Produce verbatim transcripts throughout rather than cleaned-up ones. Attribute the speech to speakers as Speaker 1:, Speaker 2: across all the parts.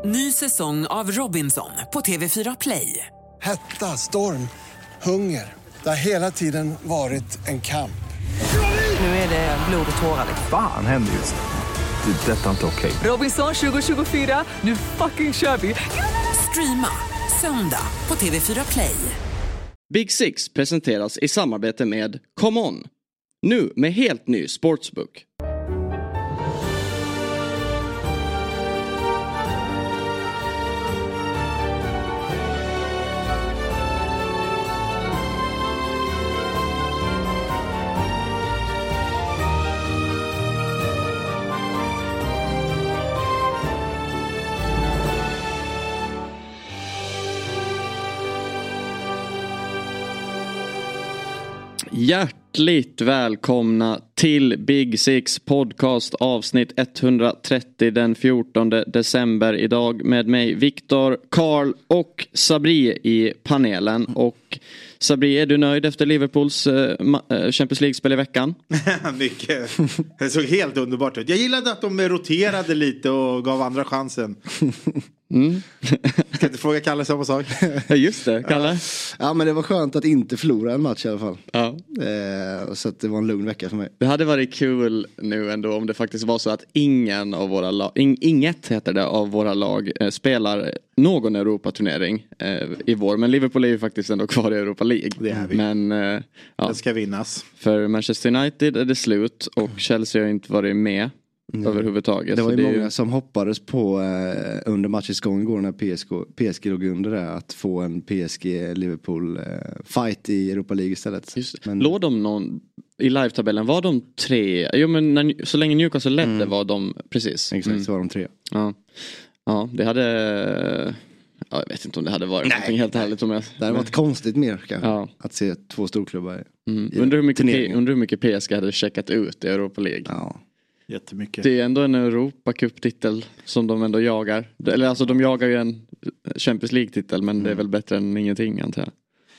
Speaker 1: Ny säsong av Robinson på T V fyra Play.
Speaker 2: Hetta, storm, hunger. Det har hela tiden varit en kamp.
Speaker 1: Nu är det blod och tårar.
Speaker 3: Fan händer just det. Det är detta inte okej.
Speaker 1: Robinson tjugo tjugofyra, nu fucking kör vi. Streama söndag på T V fyra Play.
Speaker 4: Big Six presenteras i samarbete med Come On. Nu med helt ny sportsbook. Hjärtligt välkomna till Big Six podcast avsnitt etthundratrettio den fjortonde december idag med mig Viktor, Karl och Sabri i panelen. Och Sabri, är du nöjd efter Liverpools uh, Champions League-spel i veckan?
Speaker 5: Mycket. Det såg helt underbart ut. Jag gillade att de roterade lite och gav andra chansen.
Speaker 4: Mm.
Speaker 5: Ska inte fråga Kalle samma sak?
Speaker 4: Ja, just det, Kalle.
Speaker 6: Ja, men det var skönt att inte förlora en match i alla fall.
Speaker 4: Ja.
Speaker 6: Eh, så att det var en lugn vecka för mig.
Speaker 4: Det hade varit kul nu ändå om det faktiskt var så att ingen av våra lag, in, inget heter det, av våra lag eh, spelar någon Europaturnering eh, i vår. Men Liverpool är ju faktiskt ändå kvar i Europa League.
Speaker 5: Det är vi.
Speaker 4: Men eh, ja.
Speaker 5: Den ska vinnas.
Speaker 4: För Manchester United är det slut och Chelsea har inte varit med. Mm. Överhuvudtaget.
Speaker 6: Det var ju
Speaker 4: det
Speaker 6: många
Speaker 4: ju...
Speaker 6: som hoppades på eh, under matchens gång igår när P S G, P S G låg under det, att få en P S G-Liverpool eh, fight i Europa League istället.
Speaker 4: Just,
Speaker 6: men...
Speaker 4: Låg de någon i live-tabellen? Var de tre? Jo, men när, så länge Newcastle ledde mm. var de precis.
Speaker 6: Exakt, mm. så var de tre.
Speaker 4: Ja, ja det hade... Ja, jag vet inte om det hade varit nej, någonting helt härligt. Om jag...
Speaker 6: Det hade varit konstigt mer kanske. Ja. Att se två storklubbar
Speaker 4: mm. Undrar hur mycket, P- undrar hur mycket P S G hade checkat ut i Europa League.
Speaker 6: Ja.
Speaker 5: Jättemycket.
Speaker 4: Det är ändå en Europacup-titel som de ändå jagar. Eller alltså de jagar ju en Champions League-titel, men mm. det är väl bättre än ingenting, antar jag.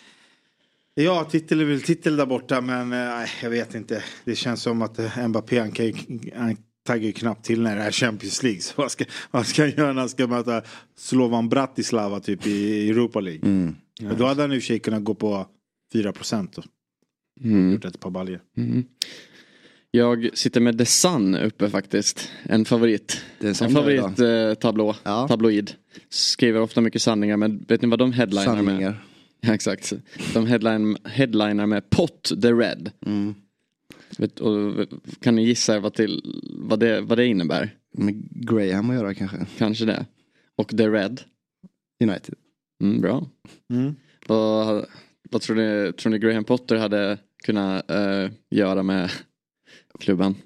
Speaker 5: Ja, titel är väl titel där borta, men nej, jag vet inte. Det känns som att Mbappé han kan, han taggar ju knappt till när det är Champions League. Så vad ska, vad ska han göra när han ska möta Slovan Bratislava typ i Europa League? Mm. Ja, då hade han i och för sig kunnat gå på fyra procent och mm. gjort ett par baljer.
Speaker 4: Mm. Jag sitter med The Sun uppe faktiskt. En favorit.
Speaker 6: Det är en,
Speaker 4: en favorit eh, tablå. Ja. Tabloid. Skriver ofta mycket sanningar, men vet ni vad de headlinar
Speaker 6: sanningar.
Speaker 4: med? Ja, exakt. De headline, headlinar med Pot the Red. Mm. Vet, och, kan ni gissa vad, till, vad, det, vad det innebär?
Speaker 6: Med Graham att göra kanske.
Speaker 4: Kanske det. Och The Red?
Speaker 6: United.
Speaker 4: Mm, bra. Mm. Vad, vad tror ni, tror ni Graham Potter hade kunnat uh, göra med klubban?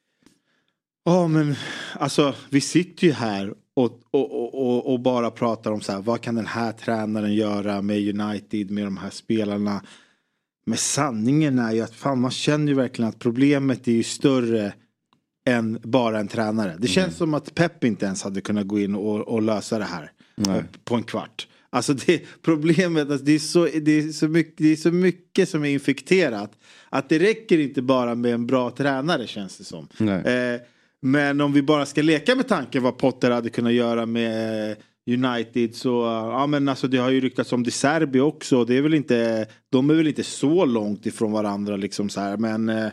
Speaker 5: Ja, men alltså vi sitter ju här och, och, och, och bara pratar om så här, vad kan den här tränaren göra med United, med de här spelarna. Men sanningen är ju att fan, man känner ju verkligen att problemet är ju större än bara en tränare. Det känns mm. som att Pep inte ens hade kunnat gå in och, och lösa det här Nej. på en kvart. Alltså det problemet, alltså det, är så, det, är så mycket, det är så mycket som är infekterat att det räcker inte bara med en bra tränare, känns det som. Eh, men om vi bara ska leka med tanken vad Potter hade kunnat göra med United, så ja, men alltså det har ju ryktats om De Serbi också. Det är väl inte, de är väl inte så långt ifrån varandra liksom så här, men eh,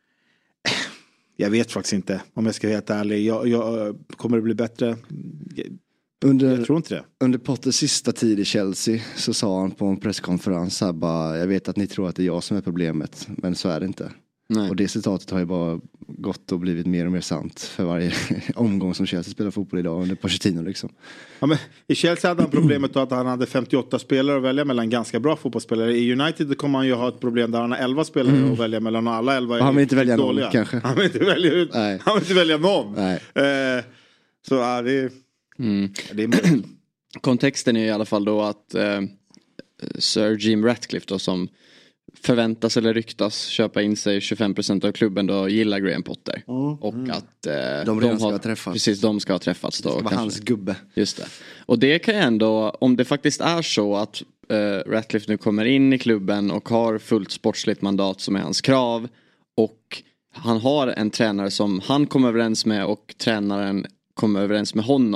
Speaker 5: jag vet faktiskt inte om jag ska vara helt ärlig. Jag, jag, kommer det bli bättre?
Speaker 6: Under,
Speaker 5: jag tror inte det.
Speaker 6: Under Potters sista tid i Chelsea så sa han på en presskonferens här bara, jag vet att ni tror att det är jag som är problemet, men så är det inte. Nej. Och det citatet har ju bara gått och blivit mer och mer sant för varje omgång som Chelsea spelar fotboll idag under Pochettino liksom.
Speaker 5: Ja, men i Chelsea hade han problemet att han hade femtioåtta spelare att välja mellan, ganska bra fotbollsspelare. I United kommer han ju ha ett problem där han har elva spelare mm. att välja mellan och alla elva är
Speaker 6: han vill inte välja
Speaker 5: dåliga.
Speaker 6: Någon kanske.
Speaker 5: Han vill inte välja ut. Nej. Han vill inte välja någon.
Speaker 6: Nej.
Speaker 5: Eh, så ja, det är,
Speaker 4: mm.
Speaker 5: det är
Speaker 4: kontexten är i alla fall då att eh, Sir Jim Ratcliffe då, som förväntas eller ryktas köpa in sig tjugofem procent av klubben, då gillar Graham Potter. Mm. Och att eh,
Speaker 6: de, de ska ha träffats.
Speaker 4: Precis, de ska ha träffats då.
Speaker 6: Det ska vara hans gubbe.
Speaker 4: Just det. Och det kan jag ändå, om det faktiskt är så att eh, Ratcliffe nu kommer in i klubben och har fullt sportsligt mandat som är hans krav, och han har en tränare som han kommer överens med och tränaren kommer överens med honom,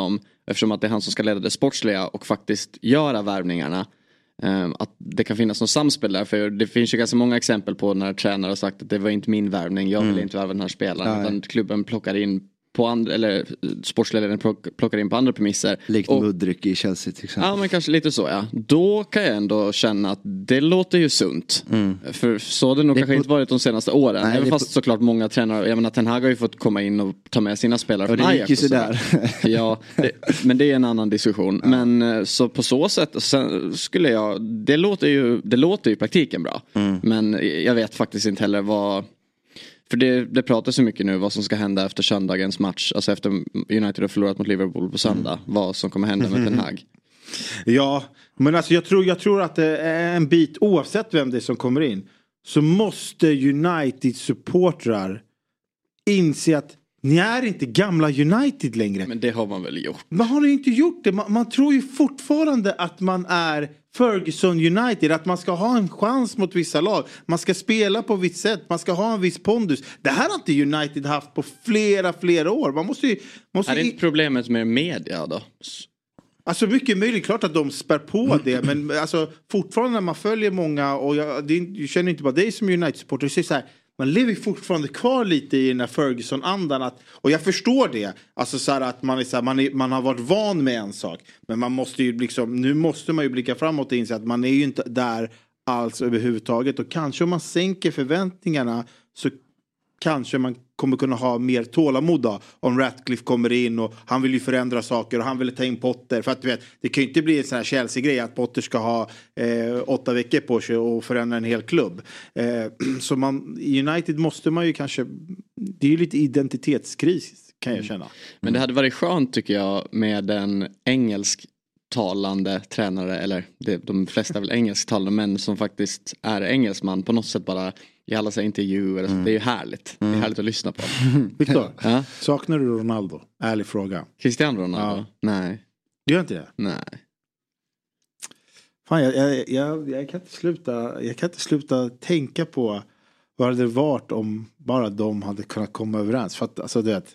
Speaker 4: eftersom att det är han som ska leda det sportsliga och faktiskt göra värvningarna. Att det kan finnas någon samspel där, för det finns ju ganska många exempel på när tränare har sagt att det var inte min värvning, jag vill mm. inte värva den här spelaren, utan klubben plockar in på andra, eller sportsledaren plockar in på andra premisser.
Speaker 6: Likt Mudryk i Chelsea till exempel.
Speaker 4: Ja, men kanske lite så, ja. Då kan jag ändå känna att det låter ju sunt. Mm. För så har det nog det kanske på... inte varit de senaste åren. Nej, Även fast på... såklart många tränare, jag menar Ten Hag har ju fått komma in och ta med sina spelare från Ajax.
Speaker 6: Och det gick ju sådär.
Speaker 4: Ja, det, men det är en annan diskussion. Ja. Men så på så sätt skulle jag, det låter ju, det låter ju i praktiken bra. Mm. Men jag vet faktiskt inte heller vad... För det, det pratas så mycket nu vad som ska hända efter söndagens match. Alltså efter United har förlorat mot Liverpool på söndag. Mm. Vad som kommer hända med Ten Hag.
Speaker 5: Ja, men alltså jag tror, jag tror att det är en bit, oavsett vem det är som kommer in, så måste United-supportrar inse att ni är inte gamla United längre.
Speaker 4: Men det har man väl gjort.
Speaker 5: Man har ju inte gjort det. Man, man tror ju fortfarande att man är Ferguson United. Att man ska ha en chans mot vissa lag. Man ska spela på visst sätt. Man ska ha en viss pondus. Det här har inte United haft på flera, flera år. Man måste ju... Måste
Speaker 4: är det inte problemet med media då?
Speaker 5: Alltså mycket möjligt, klart att de spär på det. Men alltså fortfarande när man följer många, och jag, det, jag känner inte bara dig som United-supporter, så är så här, man lever fortfarande kvar lite i den här Ferguson-andan. Att, och jag förstår det. Alltså så här att man, är så här, man, är, man har varit van med en sak. Men man måste ju liksom, nu måste man ju blicka framåt och inse att man är ju inte där alls överhuvudtaget. Och kanske om man sänker förväntningarna så kanske man kommer kunna ha mer tålamod då, om Ratcliffe kommer in och han vill ju förändra saker och han vill ta in Potter. För att du vet, det kan ju inte bli en sån här Chelsea-grej att Potter ska ha eh, åtta veckor på sig och förändra en hel klubb. Eh, så man, i United måste man ju kanske, det är ju lite identitetskris kan jag känna. Mm.
Speaker 4: Men det hade varit skönt tycker jag med en engelsktalande tränare, eller det, de flesta är väl engelsktalande, men som faktiskt är engelsman på något sätt bara i alla så intervjuer. Mm. Det är ju härligt. Mm. Det är härligt att lyssna på.
Speaker 5: Victor, ja? Saknar du Ronaldo? Ärlig fråga.
Speaker 4: Cristiano Ronaldo? Ja. Nej.
Speaker 5: Du gör inte det?
Speaker 4: Nej.
Speaker 5: Fan, jag, jag, jag, jag, kan inte sluta, jag kan inte sluta tänka på vad det hade varit om bara de hade kunnat komma överens. För att, alltså, du vet...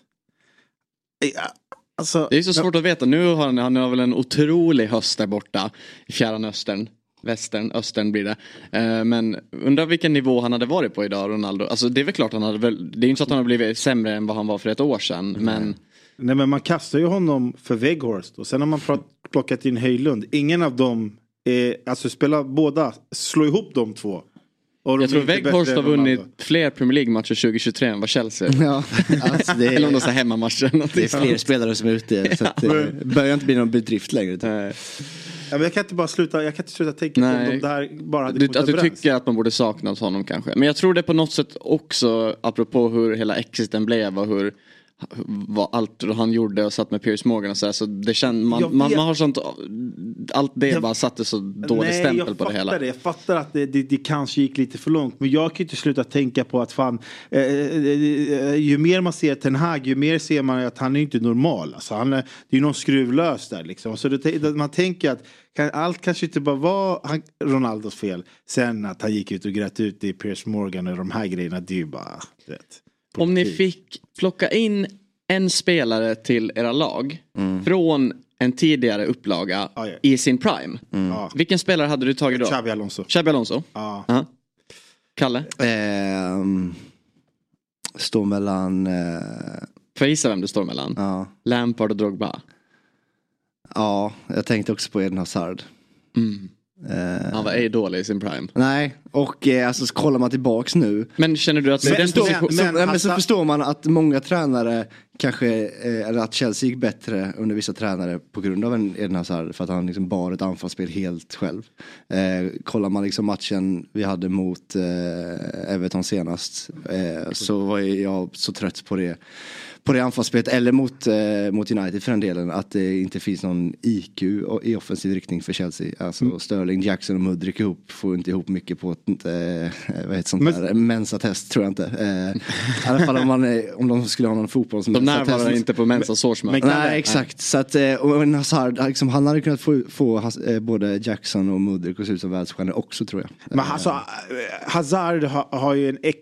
Speaker 5: Alltså,
Speaker 4: det är så svårt jag, att veta. Nu har han, han har väl en otrolig höst där borta i Fjärran Östern. Västern, östern blir det. Eh, men undrar vilken nivå han hade varit på idag, Ronaldo. Alltså det är väl klart han hade väl, det är inte så att han har blivit sämre än vad han var för ett år sedan. Mm. Men...
Speaker 5: Nej, men man kastar ju honom för Weghorst. Och sen har man plockat in Höjlund. Ingen av dem är, alltså spelar båda, slå ihop de två.
Speaker 4: Jag tror Weghorst har vunnit fler Premier League-matcher tjugo tjugotre än vad Chelsea.
Speaker 6: Ja, alltså det är,
Speaker 4: eller om de säger hemmamatcher.
Speaker 6: Det är fler spelare som är ute. Så att det börjar inte bli någon bedrift längre. Typ.
Speaker 5: Ja, men jag kan inte bara sluta, jag kan inte sluta tänka på om de där bara hade
Speaker 4: du, att du tycker att man borde sakna honom kanske. Men jag tror det på något sätt också, apropå hur hela exiten blev och hur vad allt han gjorde och satt med Piers Morgan och så, här, så det känns man, man, man har sånt, allt det jag, bara satte så dålig nej, stämpel på det hela.
Speaker 5: Det. Jag fattar att det, det, det kanske gick lite för långt, men jag kan inte sluta tänka på att fan eh, eh, ju mer man ser Ten Hag, ju mer ser man att han är inte normal, alltså, han är, det är ju någon skruvlös där liksom, så det, man tänker att kan, allt kanske inte bara var han, Ronaldos fel, sen att han gick ut och grät ut i Piers Morgan och de här grejerna, det är ju bara rätt.
Speaker 4: Om ni fick plocka in en spelare till era lag mm. från en tidigare upplaga ah, yeah. i sin prime. Mm. Ah. Vilken spelare hade du tagit då?
Speaker 5: Xabi Alonso.
Speaker 4: Xabi Alonso?
Speaker 5: Ah.
Speaker 4: Uh-huh. Kalle?
Speaker 6: Eh, står mellan... Eh...
Speaker 4: Får jag gissa vem det står mellan?
Speaker 6: Ja.
Speaker 4: Lampard och Drogba?
Speaker 6: Ja, jag tänkte också på Eden Hazard.
Speaker 4: Mm. Uh, han var ej dålig i sin prime.
Speaker 6: Nej, och eh, alltså så kollar man tillbaks nu.
Speaker 4: Men känner du att
Speaker 6: men,
Speaker 4: den
Speaker 6: förstår,
Speaker 4: position...
Speaker 6: men, men, men så förstår man att många tränare kanske, eh, eller att Chelsea gick bättre under vissa tränare på grund av en Eden Hazard, för att han liksom bar ett anfallsspel helt själv. Eh, kollar man liksom matchen vi hade mot eh, Everton senast, eh, så var jag så trött på det. På det anfallsspelet, eller mot, eh, mot United för den delen, att det inte finns någon I Q i offensiv riktning för Chelsea. Alltså mm. Sterling, Jackson och Mudryk ihop får inte ihop mycket på ett eh, vad heter sånt Men... där, Mensa-test tror jag inte. Eh, I alla fall om, man är, om de skulle ha någon fotboll som
Speaker 4: de närvarar inte på Mensa årsmöte.
Speaker 6: Nej, exakt. Så att, eh, och en Hazard, liksom, han hade kunnat få, få eh, både Jackson och Mudryk att se ut som världsstjärnor också, tror jag.
Speaker 5: Men alltså, Hazard har, har ju en ex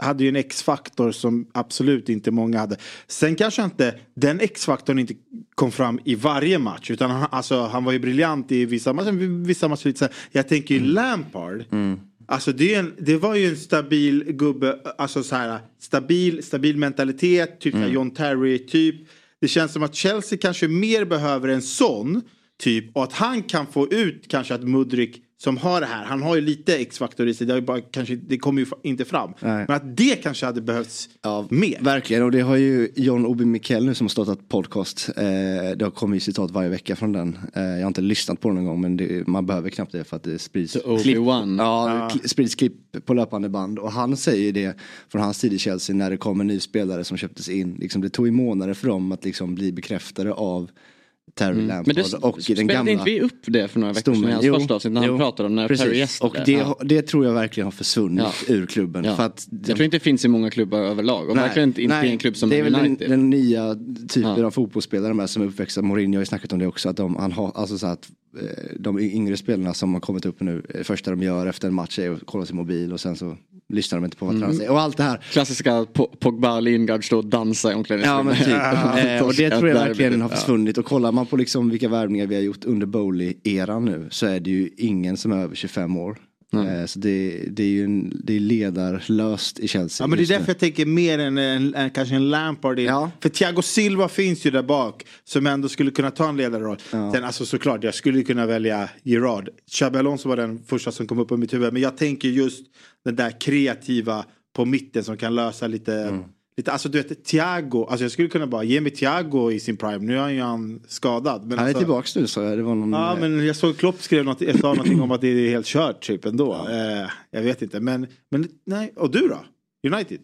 Speaker 5: hade ju en X-faktor som absolut inte många hade. Sen kanske inte den X-faktorn inte kom fram i varje match, utan han, alltså, han var ju briljant i vissa matcher. Vissa matcher så jag tänker ju mm. Lampard. Mm. Alltså det, är en, det var ju en stabil gubbe, alltså så här stabil, stabil mentalitet, typ mm. John Terry typ. Det känns som att Chelsea kanske mer behöver en sån typ, och att han kan få ut kanske att Mudryk som har det här, han har ju lite X-faktor i sig, det, bara, kanske, det kommer ju inte fram. Nej. Men att det kanske hade behövts ja, mer.
Speaker 6: Verkligen, och det har ju John Obi Mikel nu som har startat podcast. Eh, det har kommit citat varje vecka från den. Eh, jag har inte lyssnat på den någon gång, men det, man behöver knappt det för att det sprids klipp, ja, ja. sprids klipp på löpande band. Och han säger det från hans tid i Chelsea när det kom en ny spelare som köptes in. Liksom, det tog i månader för dem att liksom bli bekräftade av Terry mm. Lampard. Men det, och den gamla
Speaker 4: inte vi upp det för några veckor sedan i hans första avsnitt när han pratade om när precis. Terry gästade.
Speaker 6: Och det, ja. det tror jag verkligen har försvunnit ja. ur klubben.
Speaker 4: Ja.
Speaker 6: För att
Speaker 4: jag tror inte det finns i många klubbar överlag. Och nej, verkligen inte nej, i en klubb som
Speaker 6: det är väl
Speaker 4: United.
Speaker 6: Den, den nya typen ja. av fotbollsspelare med som är uppväxta. Mourinho har ju snackat om det också. Att de, han har, alltså så att, de yngre spelarna som har kommit upp nu, det första de gör efter en match är att kolla sin mobil och sen så lyssnar de inte på vad mm. säger. Och allt det här.
Speaker 4: Klassiska Pogba, Lingard stå och dansa i omklädningsrummet.
Speaker 6: Ja, men typ. eh, och det tror jag verkligen har försvunnit. Och kollar man på liksom vilka värvningar vi har gjort under Bowley-eran nu, så är det ju ingen som är över tjugofem år. Mm. Eh, så det, det är ju en, det är ledarlöst i Chelsea.
Speaker 5: Ja, men det är därför jag tänker mer än, en, en, kanske en Lampard. Ja. För Thiago Silva finns ju där bak som ändå skulle kunna ta en ledarroll. Ja. Sen alltså såklart, jag skulle kunna välja Gerrard. Xabi Alonso var den första som kom upp på mitt huvud. Men jag tänker just den där kreativa på mitten som kan lösa lite... Mm. Lite, alltså du vet, Thiago, alltså jag skulle kunna bara ge mig Thiago i sin prime. Nu är han ju han skadad. Men
Speaker 6: han är
Speaker 5: alltså,
Speaker 6: tillbaka nu, så det var någon...
Speaker 5: Ja, men jag såg Klopp skrev något, sa någonting om att det är helt kört typ ändå. Ja. Eh, jag vet inte, men, men nej. Och du då? United?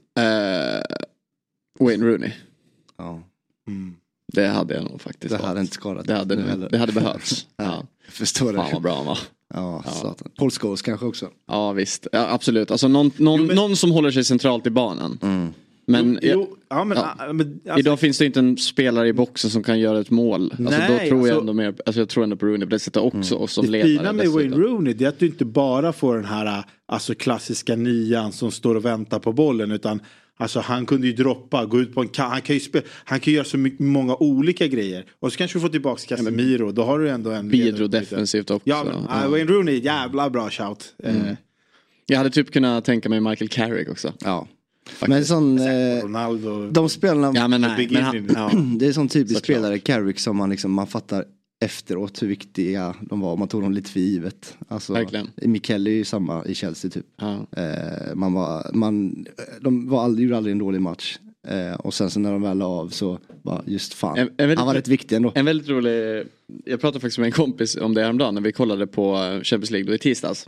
Speaker 4: Uh, Wayne Rooney.
Speaker 6: Ja.
Speaker 4: Mm. Det hade jag nog faktiskt.
Speaker 6: Det hade valt. Inte skadat.
Speaker 4: Det hade, det hade behövts. Ja.
Speaker 6: Jag förstår det.
Speaker 4: Fan vad bra va?
Speaker 6: Ja, ja. Paul Scholes kanske också.
Speaker 4: Ja visst, ja, absolut. Alltså någon, någon, jo, men... någon som håller sig centralt i banan. Mm. Men,
Speaker 5: jo, jo, ja, men, ja. men alltså,
Speaker 4: idag finns det inte en spelare i boxen som kan göra ett mål. Alltså,
Speaker 5: nej,
Speaker 4: då tror
Speaker 5: alltså,
Speaker 4: jag ändå mer, alltså jag tror ändå på Rooney på det sättet också. Mm. Och som
Speaker 5: det
Speaker 4: ledare
Speaker 5: fina med Wayne Rooney är att du inte bara får den här alltså, klassiska nian som står och väntar på bollen, utan alltså, han kunde ju droppa, gå ut på en han kan ju spela, han kan göra så mycket, många olika grejer. Och så kanske du får tillbaka Casemiro, då har du ändå en
Speaker 4: bidro defensivt också.
Speaker 5: Ja, men, ja. Wayne Rooney, jävla bra shout. Mm. Eh.
Speaker 4: Jag hade typ kunnat tänka mig Michael Carrick också.
Speaker 6: Ja. Faktiskt. Men sån eh,
Speaker 5: Ronaldo,
Speaker 6: de spelarna
Speaker 4: ja, men nej, men han,
Speaker 6: ja. Det är sån typisk spelare Carrick som man liksom man fattar efteråt hur viktiga de var. Man tog dem lite för givet. Alltså,
Speaker 4: verkligen.
Speaker 6: Mikel är ju samma i Chelsea typ.
Speaker 4: Ja.
Speaker 6: Eh, man var man de var aldrig, gjorde aldrig en dålig match. Eh, och sen så när de väl la av så var just fan. En, en väldigt, han var rätt viktig ändå.
Speaker 4: En väldigt rolig, jag pratade faktiskt med en kompis om det häromdagen när vi kollade på Champions League då i tisdags.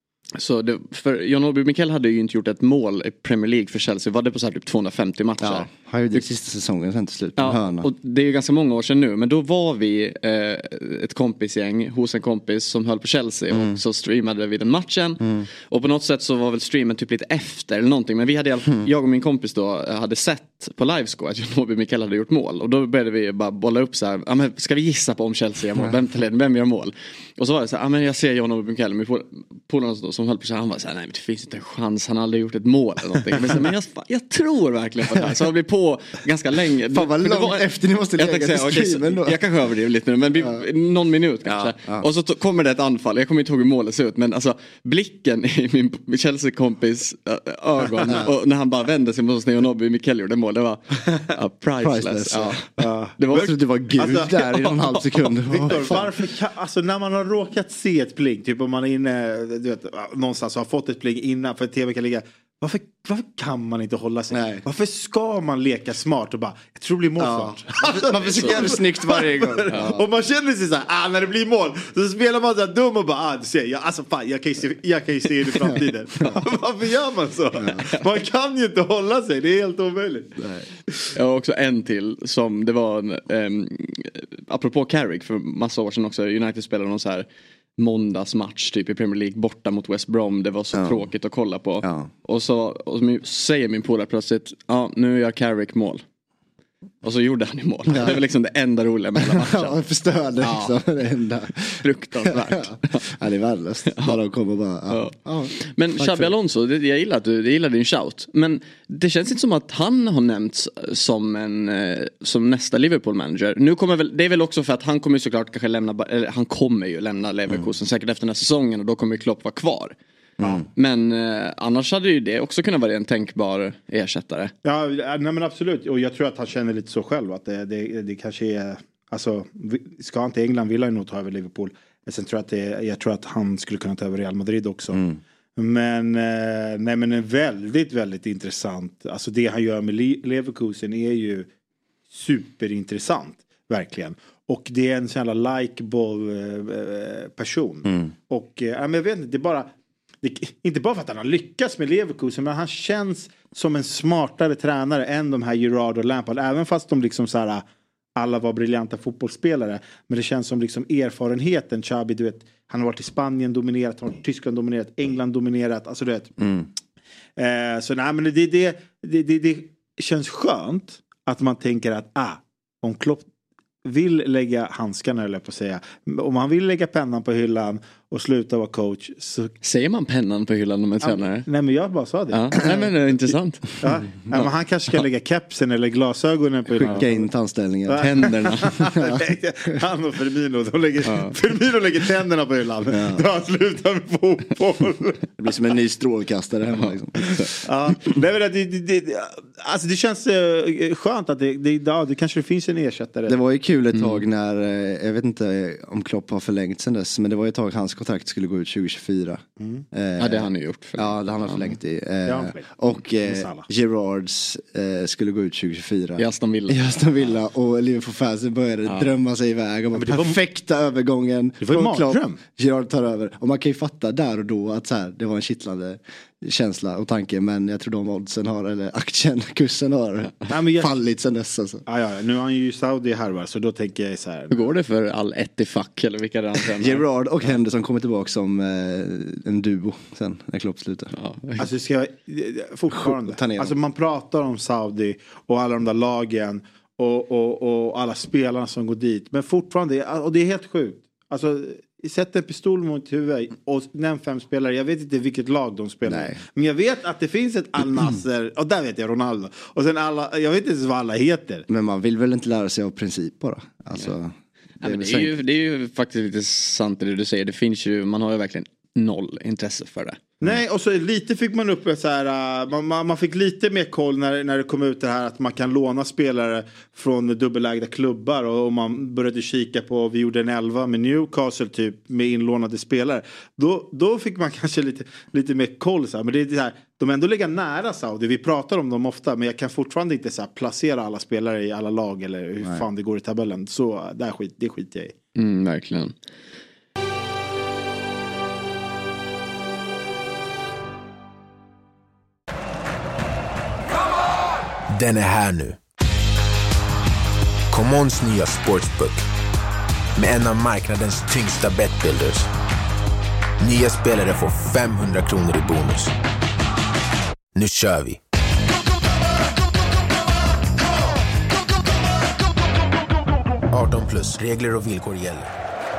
Speaker 4: Så det, för John Obi Mikel hade ju inte gjort ett mål i Premier League för Chelsea. Var det på så här typ tvåhundrafemtio matcher? Ja,
Speaker 6: har ju det sista säsongen sen till slut.
Speaker 4: Ja, hörna. Och det är ju ganska många år sedan nu. Men då var vi eh, ett kompisgäng hos en kompis som höll på Chelsea. Mm. Och så streamade vi den matchen. Mm. Och på något sätt så var väl streamen typ lite efter eller någonting. Men vi hade, mm. jag och min kompis då hade sett på livescore att John Obi Mikel hade gjort mål. Och då började vi bara bolla upp så här. Ja, men ska vi gissa på om Chelsea gör mål? Vem, vem gör mål? Och så var det så här. Ja, men jag ser John Obi Mikel. Min polare som höll på sig, han var så här, nej men det finns inte en chans, han har aldrig gjort ett mål eller någonting. Men, så, men jag, jag tror verkligen på det här. Så jag blev på ganska länge.
Speaker 6: Fan vad långt var, efter ni måste lägga till streamen då.
Speaker 4: Jag kanske överdriver lite nu, men vi, ja. någon minut kanske. Ja, ja. Och så to, kommer det ett anfall, jag kommer inte ihåg hur målet ser ut, men alltså blicken i min Chelsea-kompis ögon och när han bara vände sig mot oss när John Obi Mikel gjorde mål, det var uh, priceless. priceless. Ja.
Speaker 6: Ja. Det var, det var gud alltså, där i en halv sekund.
Speaker 5: Victor, varför kan, alltså när man har råkat se ett pling, typ om man är inne du vet, någonstans och har fått ett pling innan för att tv kan ligga. Varför, varför kan man inte hålla sig? Nej. Varför ska man leka smart och bara, jag tror det blir mål
Speaker 6: ja. snart. Man försöker göra det snyggt varje gång.
Speaker 5: Ja. Och man känner sig så här, ah, när det blir mål så spelar man så här dum och bara, ah, du ser, jag, alltså fan, jag kan ju se, jag kan ju se det i framtiden. Varför gör man så? Ja. Man kan ju inte hålla sig, det är helt omöjligt.
Speaker 4: Nej. Jag har också en till som det var en, um, apropå Carrick för massa år sedan också, United spelade någon så här måndagsmatch typ i Premier League borta mot West Brom. Det var så ja. tråkigt att kolla på. Ja. Och så och säger min polare plötsligt, ja nu gör Carrick mål. Och så gjorde han i mål. Ja. Det var liksom det enda roliga med hela matchen.
Speaker 6: Ja, han förstörde liksom. Ja. Det enda.
Speaker 4: Fruktansvärt.
Speaker 6: Ja, det är värdelöst. Ja. Bara de kommer bara... Ja.
Speaker 4: Ja. Ja. Men Xabi Alonso, det, jag, gillar att du, jag gillar din shout. Men det känns inte som att han har nämnts som, en, som nästa Liverpool-manager. Nu kommer väl, det är väl också för att han kommer såklart kanske lämna... Eller han kommer ju lämna Leverkusen mm. säkert efter den här säsongen. Och då kommer Klopp vara kvar. Mm. Men eh, annars hade ju det också kunnat vara en tänkbar ersättare.
Speaker 5: Ja, nej men absolut. Och jag tror att han känner lite så själv. Att det, det, det kanske är... Alltså, ska han till England vill han nog ta över Liverpool. Sen tror jag att det, jag tror att han skulle kunna ta över Real Madrid också. Mm. Men, eh, nej men en väldigt, väldigt intressant. Alltså det han gör med Leverkusen är ju superintressant. Verkligen. Och det är en sån här likeable eh, person. Mm. Och eh, men jag vet inte, det är bara... Det, inte bara för att han har lyckats med Leverkusen, men han känns som en smartare tränare än de här Gerrard och Lampard. Även fast de liksom så här, alla var briljanta fotbollsspelare. Men det känns som liksom erfarenheten. Xabi, du vet, han har varit i Spanien dominerat, han har varit i Tyskland dominerat, England dominerat. Alltså du vet. Mm. Eh, så nej, men det, det, det, det, det känns skönt att man tänker att ah, om Klopp vill lägga handskarna, eller på att säga. Om han vill lägga pennan på hyllan och sluta vara coach, så...
Speaker 4: Säger man pennan på hyllan om en tränare?
Speaker 5: Nej, men jag bara sa det.
Speaker 4: Ja. Nej, men det är intressant.
Speaker 5: Ja. Ja, men han kanske ska lägga kepsen eller glasögonen på hyllan.
Speaker 6: Skicka in tandställningen.
Speaker 4: Ja. Tänderna.
Speaker 5: Han och Firmino, de lägger, ja. Firmino lägger tänderna på hyllan. Ja. Då han slutar med fotboll.
Speaker 6: Det blir som en ny strålkastare hemma. Liksom.
Speaker 5: Ja. Nej, men det, det, det, alltså det känns uh, skönt att det, det, ja, det kanske finns en ersättare.
Speaker 6: Det var ju kul ett tag mm. när, jag vet inte om Klopp har förlängt sen dess, men det var ju ett tag hans kontrakt skulle gå ut tjugo tjugofyra. Mm.
Speaker 4: Eh, ja, det har han ju gjort.
Speaker 6: För ja, det han har förlängt i. Eh, ja, och eh, Gerrards eh, skulle gå ut tjugo tjugofyra.
Speaker 4: I Aston Villa.
Speaker 6: I Aston Villa. Och Liverpool-fansen började ja. drömma sig iväg om ja, den perfekta var... övergången.
Speaker 5: Det var ju mardröm.
Speaker 6: Gerrard tar över. Och man kan ju fatta där och då att så här, det var en kittlande känsla och tanke, men jag tror de oddsen har, eller aktiekursen har ja, jag... fallit sen dess alltså.
Speaker 5: Ja, ja, nu är han ju Saudi här, så då tänker jag så här.
Speaker 4: Hur går det för all ettifack eller vilka det är?
Speaker 6: Gerrard och Henderson kommer tillbaka som eh, en duo sen när Klopp slutar.
Speaker 5: Ja. Alltså ska jag, fortfarande alltså man pratar om Saudi och alla de där lagen och, och, och alla spelarna som går dit, men fortfarande, och det är helt sjukt. Alltså sätt en pistol mot huvudet och nämn fem spelare. Jag vet inte vilket lag de spelar. Nej. Men jag vet att det finns ett Al-Nassr. Och där vet jag Ronaldo. Och sen alla, jag vet inte vad alla heter.
Speaker 6: Men man vill väl inte lära sig av princip bara. Alltså,
Speaker 4: ja. Det, är ja, det, är ju, det är ju faktiskt lite sant det du säger. Det finns ju, man har ju verkligen noll intresse för det.
Speaker 5: Nej, och så lite fick man upp så här, man, man, man fick lite mer koll när, när det kom ut det här att man kan låna spelare från dubbelägda klubbar, och, och man började kika på, vi gjorde en elva med Newcastle typ med inlånade spelare. Då, då fick man kanske lite, lite mer koll så här. Men det är det här, de ändå ligger nära Saudi, vi pratar om dem ofta, men jag kan fortfarande inte så här, placera alla spelare i alla lag eller hur Nej. fan det går i tabellen. Så där skit, det skiter jag i.
Speaker 4: Mm, verkligen.
Speaker 7: Den är här nu. Commons nya sportsbook med en av marknadens tyngsta betbuilders. Nya spelare får femhundra kronor i bonus. Nu kör vi. arton plus, regler och villkor gäller.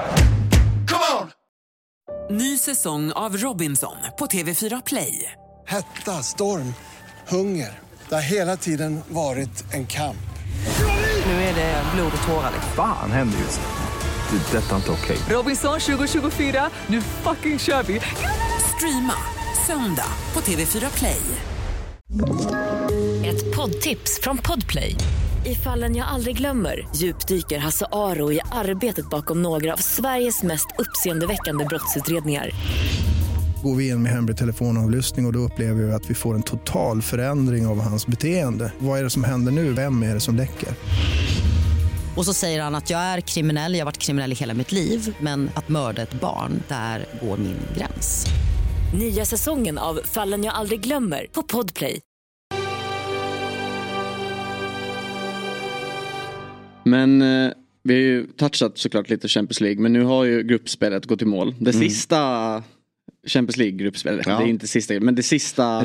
Speaker 1: Ny säsong av Robinson på T V fyra Play.
Speaker 2: Hetta, storm, hunger. Det har hela tiden varit en kamp.
Speaker 1: Nu är det blod och tårar.
Speaker 3: Fan händer just det. Det är detta inte okej.
Speaker 1: Okay. Robinson tjugo tjugofyra, nu fucking kör vi. Streama söndag på T V fyra Play.
Speaker 8: Ett poddtips från Podplay. I Fallen jag aldrig glömmer djupdyker Hasse Aro i arbetet bakom några av Sveriges mest uppseendeväckande brottsutredningar.
Speaker 9: Går vi in med hemlig telefonavlyssning och, och då upplever vi att vi får en total förändring av hans beteende. Vad är det som händer nu? Vem är det som läcker?
Speaker 10: Och så säger han att jag är kriminell, jag har varit kriminell i hela mitt liv. Men att mörda ett barn, där går min gräns.
Speaker 8: Nya säsongen av Fallen jag aldrig glömmer på Podplay.
Speaker 4: Men eh, vi har ju touchat såklart lite Champions League, men nu har ju gruppspelet gått i mål. Det mm. sista Champions League-gruppspelet, ja. Det är inte sista, men det sista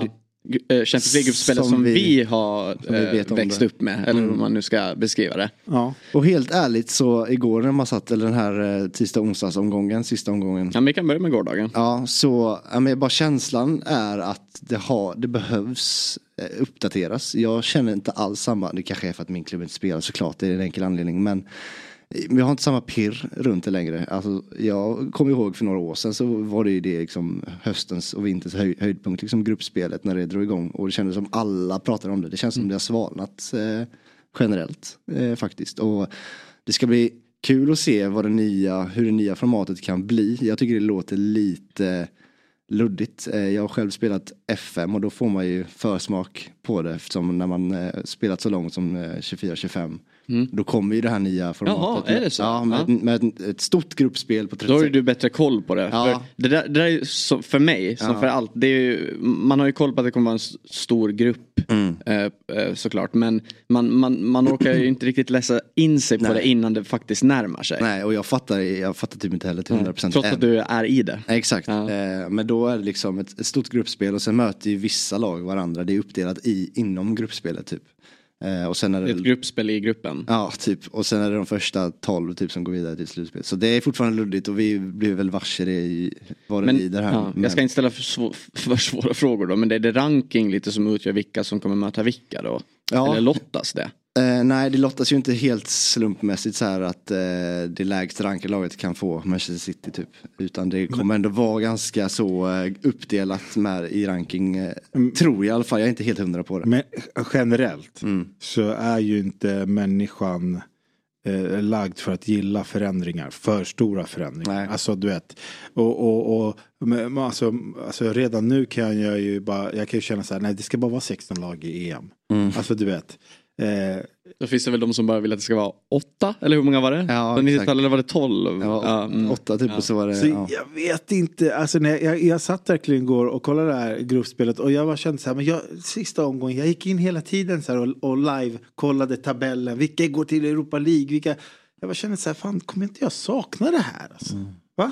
Speaker 4: Champions League-gruppspelet som, som vi, vi har vi äh, växt upp med. Eller hur mm. man nu ska beskriva det.
Speaker 6: Ja. Och helt ärligt så igår när man satt, eller den här tisdag onsdagsomgången, sista omgången.
Speaker 4: Ja, men vi kan börja med gårdagen.
Speaker 6: Ja, så ja, men bara känslan är att det, har, det behövs uppdateras. Jag känner inte alls samma, det kanske är för att min klubb inte spelar såklart, det är en enkel anledning, men vi har inte samma pirr runt det längre. Alltså, jag kommer ihåg för några år sedan så var det ju det liksom höstens och vinterns höj, höjdpunkt, liksom gruppspelet när det drog igång. Och det kändes som alla pratade om det. Det känns som mm. det har svalnat eh, generellt eh, faktiskt. Och det ska bli kul att se vad det nya, hur det nya formatet kan bli. Jag tycker det låter lite luddigt. Eh, jag har själv spelat F M och då får man ju försmak på det eftersom när man eh, spelat så långt som eh, tjugofyra tjugofem. Mm. Då kommer ju det här nya formatet.
Speaker 4: Jaha, är det så?
Speaker 6: Ja, med, ja. med ett, ett stort gruppspel på trettio.
Speaker 4: Då har du bättre koll på det.
Speaker 6: Ja.
Speaker 4: För det, där, det där är så, för mig, som ja. för allt, det är ju, man har ju koll på att det kommer vara en stor grupp mm. eh, såklart. Men man, man, man orkar ju inte riktigt läsa in sig på Nej. det innan det faktiskt närmar sig.
Speaker 6: Nej, och jag fattar, jag fattar typ inte heller till hundra procent.
Speaker 4: Trots än. att du är i det.
Speaker 6: Exakt, ja. eh, men då är det liksom ett, ett stort gruppspel och sen möter ju vissa lag varandra. Det är uppdelat i, inom gruppspelet typ. Eh, och sen är det,
Speaker 4: det är ett gruppspel i gruppen.
Speaker 6: Ja, typ. Och sen är det de första tolv typ som går vidare till slutspel. Så det är fortfarande luddigt och vi blir väl varse det i vad det
Speaker 4: men,
Speaker 6: lider här.
Speaker 4: Ja,
Speaker 6: men...
Speaker 4: Jag ska inte ställa för, svår, för svåra frågor då, men det är det ranking lite som utgör vilka som kommer möta vilka då? Ja. Eller lottas det?
Speaker 6: Eh, nej, det lottas ju inte helt slumpmässigt så här att eh, det lägsta rankade laget kan få Manchester City typ. Utan det kommer ändå vara ganska så eh, uppdelat med i ranking. Eh, mm. Tror jag i alla fall, jag är inte helt hundra på det.
Speaker 5: Men generellt mm. så är ju inte människan eh, lagd för att gilla förändringar. För stora förändringar. Nej. Alltså du vet. Och, och, och men, alltså, alltså redan nu kan jag ju bara, jag kan ju känna så här, nej det ska bara vara sexton lag i E M. Mm. Alltså du vet. Eh,
Speaker 4: Då finns det väl de som bara vill att det ska vara åtta, eller hur många var det?
Speaker 6: Ja,
Speaker 4: nittiotalet, eller var det tolv?
Speaker 6: Ja, ja, mm. åtta typ, ja. Och så var det.
Speaker 5: Så
Speaker 6: ja.
Speaker 5: jag vet inte, alltså när jag, jag, jag satt verkligen igår och kollade det här gruppspelet och jag var känd så här, men jag, sista omgången, jag gick in hela tiden så här och, och live kollade tabellen, vilka går till Europa League, vilka, jag var kände så här, fan kommer inte jag sakna det här alltså? Mm. Va?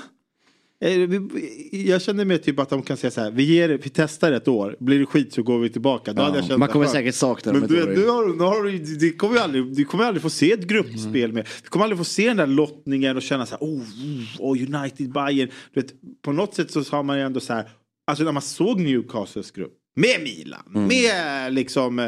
Speaker 5: Jag känner mig typ att de kan säga så här, vi ger vi testar ett år, blir det skit så går vi tillbaka. Då
Speaker 6: ja,
Speaker 5: hade jag känt,
Speaker 6: man kommer säkert sakna dem.
Speaker 5: Men du, du, har, du, har, du, kommer aldrig, du kommer aldrig få se ett gruppspel mm. med. Du kommer aldrig få se den där lottningen och känna så här, oh, oh United, Bayern. Du vet, på något sätt så sa man ju ändå så här, alltså när man såg Newcastles grupp med Milan, mm. med liksom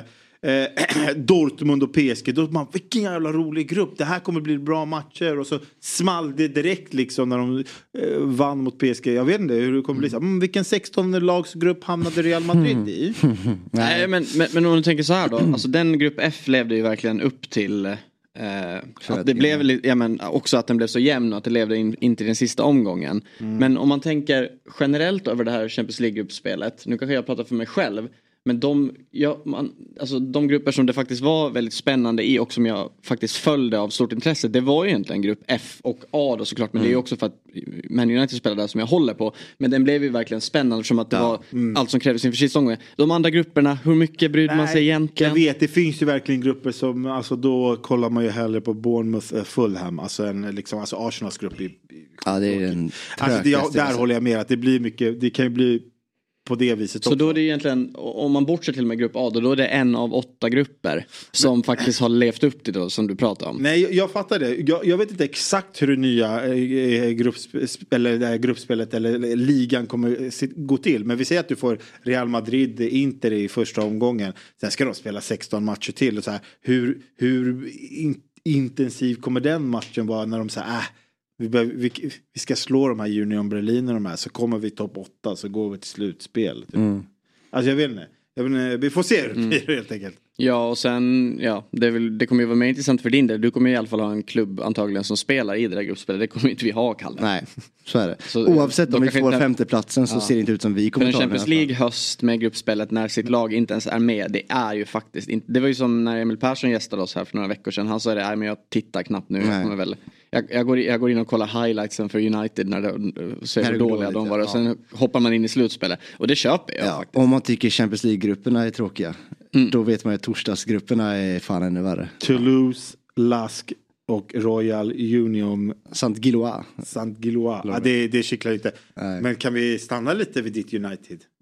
Speaker 5: Eh, Dortmund och P S G, då man, vilken jävla rolig grupp, det här kommer bli bra matcher, och så small det direkt liksom när de eh, vann mot P S G. Jag vet inte hur det kommer bli så. Mm, vilken sexton-lagsgrupp hamnade Real Madrid i?
Speaker 4: Nej, men, men, men om du tänker så här då, alltså den grupp F levde ju verkligen upp till eh, att det blev, ja, men också att den blev så jämn och att det levde in, in till den sista omgången. Mm. Men om man tänker generellt över det här Champions League-gruppspelet, nu kanske jag pratar för mig själv, men de, ja, man, alltså de grupper som det faktiskt var väldigt spännande i och som jag faktiskt följde av stort intresse, det var ju egentligen grupp F och A då såklart, men mm. det är ju också för att Man United spelade där som jag håller på, men den blev ju verkligen spännande som att det ja. var mm. allt som krävdes inför sista omgången. De andra grupperna, hur mycket brydde man sig egentligen?
Speaker 5: Jag vet, det finns ju verkligen grupper som, alltså då kollar man ju hellre på Bournemouth, Fulham, alltså en liksom, alltså Arsenals grupp i, i
Speaker 6: ja, det är en
Speaker 5: alltså det, jag, där håller jag med att det blir mycket, det kan ju bli på det viset
Speaker 4: så också. Då är det egentligen, om man bortser till med grupp A då, då är det en av åtta grupper som men, faktiskt har levt upp till det som du pratar om.
Speaker 5: Nej, jag, jag fattar det. Jag, jag vet inte exakt hur det nya eh, gruppspel, eller det här gruppspelet eller ligan kommer gå till. Men vi säger att du får Real Madrid, Inter i första omgången. Sen ska de spela sexton matcher till. Och så här, hur hur in, intensiv kommer den matchen vara när de säger äh, Vi, behöver, vi, vi ska slå de här Union Berlin och de här, så kommer vi topp åtta, så går vi till slutspel typ. mm. Alltså jag vet inte, jag vet inte, vi får se hur det blir helt enkelt.
Speaker 4: Ja, och sen ja, det, vill, det kommer ju vara mer intressant för din del. Du kommer i alla fall ha en klubb antagligen som spelar i det där gruppspelet. Det kommer inte vi ha, Kalle.
Speaker 6: Nej, så är det. Så, oavsett om vi får inte femteplatsen så ja. ser det inte ut som vi kommer
Speaker 4: ta den. För en Champions League höst med gruppspelet när sitt lag inte ens är med, det är ju faktiskt inte. Det var ju som när Emil Persson gästade oss här för några veckor sedan. Han sa det, nej men jag tittar knappt nu. Jag, kommer väl, jag, jag, går, jag går in och kollar highlightsen för United när det ser hur dåliga de var. Och sen ja. hoppar man in i slutspelet. Och det köper jag ja. faktiskt.
Speaker 6: Om man tycker Champions League-grupperna är tråkiga. Mm. Då vet man ju att torsdagsgrupperna är fan ännu värre.
Speaker 5: Toulouse, Lask och Royal Union
Speaker 6: Saint-Gilloise.
Speaker 5: Saint-Gilloise. Ja, det, det kittlar lite. Nej. Men kan vi stanna lite vid ditt United?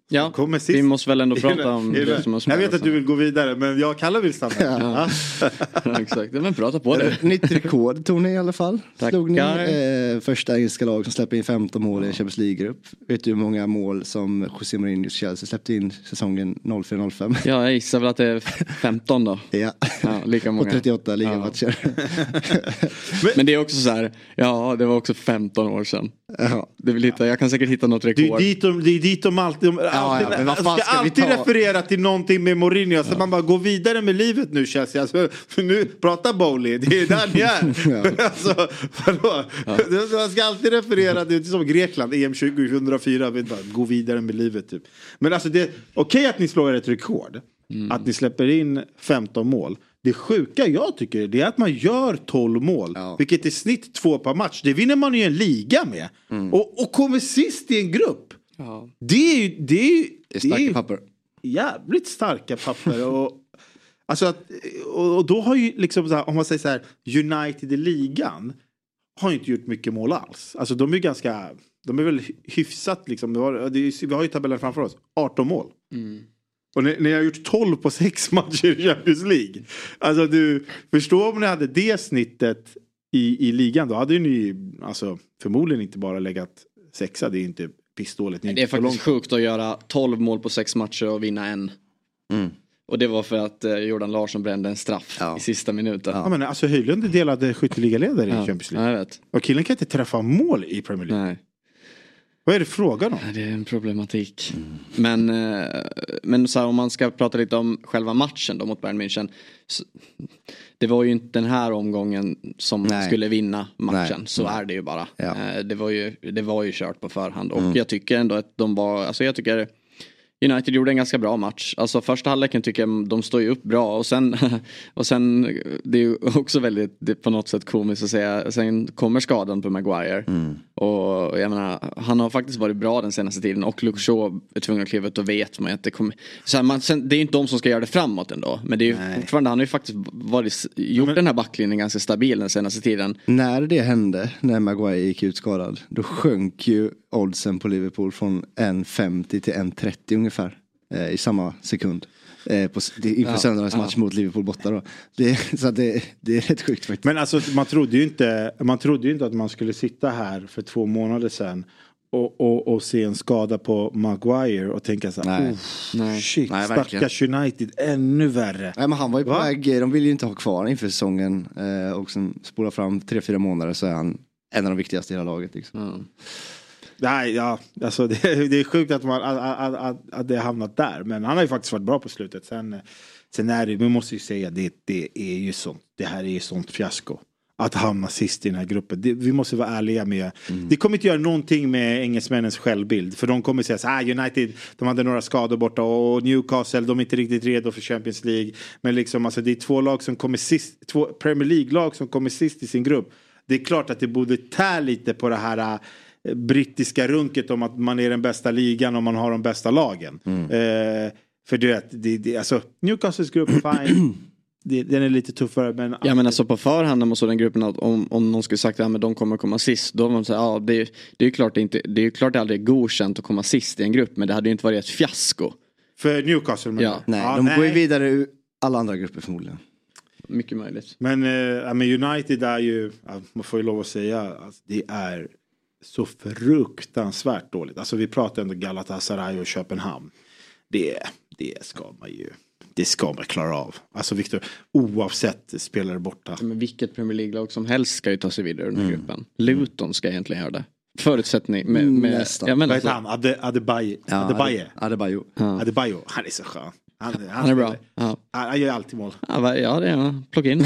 Speaker 4: Ja, kommer sist. Vi måste väl ändå prata om det, det som har
Speaker 5: jag vet att du vill gå vidare, men jag kallar vill stanna.
Speaker 4: Ja. Ja, exakt. Men prata på det.
Speaker 6: Nytt rekord tog ni i alla fall.
Speaker 4: Tackar.
Speaker 6: Slog ni eh, första engelska lag som släpper in femton mål i en Champions League-grupp. Vet du hur många mål som José Mourinho's Chelsea släppte in säsongen noll fyra noll fem?
Speaker 4: Ja, jag gissar väl att det är femton då.
Speaker 6: Ja,
Speaker 4: ja lika många.
Speaker 6: På trettioåtta ligamatcher.
Speaker 4: Ja. men, men det är också så här, ja det var också femton år sedan. Ja. Det vill hitta, jag kan säkert hitta något rekord.
Speaker 5: Det är dit de, det är dit de alltid, de, alltid,
Speaker 6: ja, ja,
Speaker 5: ska, ska alltid referera till någonting med Mourinho. Så ja. Man bara går vidare med livet nu, Chelsea. Alltså, nu pratar Bowley, det är där ni är. Ja. Alltså, vadå? Ja. Man ska alltid referera till som Grekland, E M tjugohundrafyra, vet bara, gå vidare med livet typ. Men alltså det är okej okay att ni slår ett rekord. Mm. Att ni släpper in femton mål. Det sjuka jag tycker det är att man gör tolv mål. Ja. Vilket är snitt två per match. Det vinner man ju en liga med. Mm. Och, och kommer sist i en grupp. Ja. Det är ju det är,
Speaker 6: det är starka det är papper.
Speaker 5: Jävligt starka papper. och, alltså att, och, och då har ju liksom så här, om man säger så här, United i ligan har inte gjort mycket mål alls. Alltså de är ganska, de är väl hyfsat liksom. Vi har, vi har ju tabellen framför oss. arton mål. Mm. Och ni, ni har gjort tolv på sex matcher i Champions League. Alltså du förstår om ni hade det snittet i, i ligan. Då hade ju ni alltså, förmodligen inte bara legat sexa. Det är inte pissdåligt.
Speaker 4: Det är faktiskt sjukt att göra tolv mål på sex matcher och vinna en. Mm. Och det var för att eh, Jordan Larsson brände en straff ja. i sista minuten.
Speaker 5: Ja, ja men alltså Höjlund delade skytteligaledare ja. i Champions League.
Speaker 4: Ja, jag vet.
Speaker 5: Och killen kan inte träffa mål i Premier League.
Speaker 4: Nej.
Speaker 5: Vad är det frågan om?
Speaker 4: Det är en problematik. Mm. Men, men så här, om man ska prata lite om själva matchen då mot Bayern München. Så, det var ju inte den här omgången som Nej. skulle vinna matchen. Nej. Så Nej. är det ju bara. Ja. Det, var ju, det var ju kört på förhand. Och mm. jag tycker ändå att de var... Alltså jag tycker... United gjorde en ganska bra match. Alltså första halvleken tycker jag de står ju upp bra. Och sen, och sen det är ju också väldigt det är på något sätt komiskt att säga. Sen kommer skadan på Maguire. Mm. Och jag menar, han har faktiskt varit bra den senaste tiden. Och Luke Shaw är tvungen att kliva ut och vet man att det kommer. Så här, man, sen, det är ju inte de som ska göra det framåt ändå. Men det är ju Nej. fortfarande, han har ju faktiskt varit, gjort men, den här backlinjen ganska stabil den senaste tiden.
Speaker 6: När det hände, när Maguire gick ut skadad. Då sjönk ju oddsen på Liverpool från en femtio till en trettio ungefär eh, i samma sekund eh, på, det, inför ja, söndagens match ja. mot Liverpool borta då. Det, så det, det är rätt sjukt faktiskt.
Speaker 5: Men alltså man trodde ju inte man trodde ju inte att man skulle sitta här för två månader sedan och, och, och se en skada på Maguire och tänka så här, nej, nej, shit, nej, stackars United, ännu värre.
Speaker 6: Nej, men han var ju på Va? väg, de ville ju inte ha kvar inför säsongen eh, och sen spola fram tre, fyra månader så är han en av de viktigaste i hela laget liksom. Mm.
Speaker 5: Nej, ja, alltså det, det är sjukt att, man, att, att, att det har hamnat där. Men han har ju faktiskt varit bra på slutet. Sen, sen är det, vi måste ju säga, det, det är ju sånt. Det här är ju sånt fiasko. Att hamna sist i den här gruppen. Det, vi måste vara ärliga med. Mm. Det kommer inte göra någonting med engelsmännens självbild. För de kommer säga så här, ah, United, de hade några skador borta. Och Newcastle, de är inte riktigt redo för Champions League. Men liksom, alltså, det är två lag som kommer sist. Två Premier League-lag som kommer sist i sin grupp. Det är klart att det borde ta lite på det här brittiska runket om att man är den bästa ligan och man har de bästa lagen. Mm. Eh, för du vet, det, det, alltså, Newcastles grupp, fine. det, den är lite tuffare. Men
Speaker 4: ja, men alltså på förhand måste den gruppen att om, om någon skulle sagt att ja, de kommer komma sist, då man säga, ja, det, det är ju klart det inte, det är ju klart det aldrig är godkänt att komma sist i en grupp, men det hade ju inte varit ett fiasko.
Speaker 5: För Newcastle? Men
Speaker 6: ja. Nej, ja, de nej. går ju vidare ur alla andra grupper förmodligen.
Speaker 4: Mycket möjligt.
Speaker 5: Men, äh, men United är ju, man får ju lov att säga, alltså, det är så fruktansvärt dåligt. Alltså vi pratar ändå Galatasaray och Köpenhamn. Det, det ska man ju det ska man klara av. Alltså Victor, oavsett spelare borta.
Speaker 4: Men vilket Premier League-lag som helst ska ju ta sig vidare ur den här mm. gruppen. Luton ska egentligen göra det. Förutsättning med... med
Speaker 6: Nästan.
Speaker 4: Jag
Speaker 5: menar, vad heter han? Ade, Adebayo.
Speaker 6: Ja,
Speaker 5: Adebayo.
Speaker 6: Adebayo.
Speaker 5: Ja. Adebayo. Han är så skön. Han, han,
Speaker 4: han är bra. Ja.
Speaker 5: Han gör alltid mål.
Speaker 4: Ja, ja det är han. Plocka in.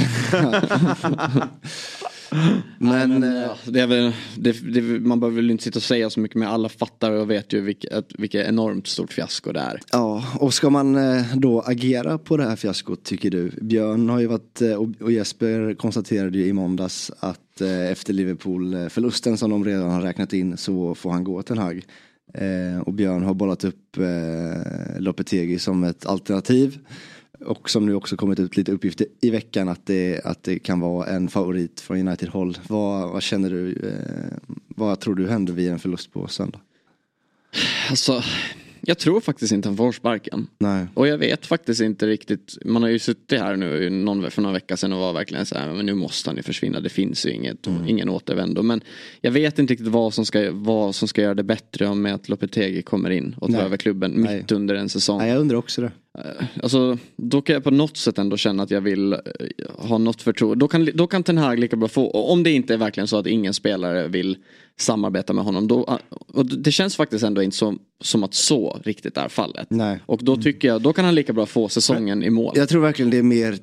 Speaker 4: Men, ja, men ja, det är väl, det, det, man behöver väl inte sitta och säga så mycket, med alla fattar och vet ju vilket, vilket enormt stort fiasko det är.
Speaker 6: Ja, och ska man då agera på det här fiaskot, tycker du? Björn har ju varit, och Jesper konstaterade ju i måndags att efter Liverpool-förlusten som de redan har räknat in så får han gå Ten Hag. Och Björn har bollat upp Lopetegui som ett alternativ. Och som nu också kommit ut lite uppgifter i veckan att det, att det kan vara en favorit från United-håll. Vad, vad känner du, eh, vad tror du händer vid en förlust på söndag?
Speaker 4: Alltså, Jag tror faktiskt inte han får sparken.
Speaker 6: Nej.
Speaker 4: Och jag vet faktiskt inte riktigt. Man har ju suttit här nu någon, för några veckor sedan och var verkligen så här, men nu måste han ju försvinna. Det finns ju inget, mm. ingen återvändo. Men jag vet inte riktigt vad som ska, vad som ska göra det bättre med att Lopetegui kommer in och tar över klubben Nej. mitt under en säsong.
Speaker 6: Nej, jag undrar också det.
Speaker 4: Alltså, då kan jag på något sätt ändå känna att jag vill ha något förtroende. Då kan, då kan Ten Hag lika bra få, om det inte är verkligen så att ingen spelare vill samarbeta med honom. Då, och det känns faktiskt ändå inte som, som att så riktigt är fallet.
Speaker 6: Nej.
Speaker 4: Och då tycker jag, då kan han lika bra få säsongen i mål.
Speaker 6: Jag tror verkligen det är mer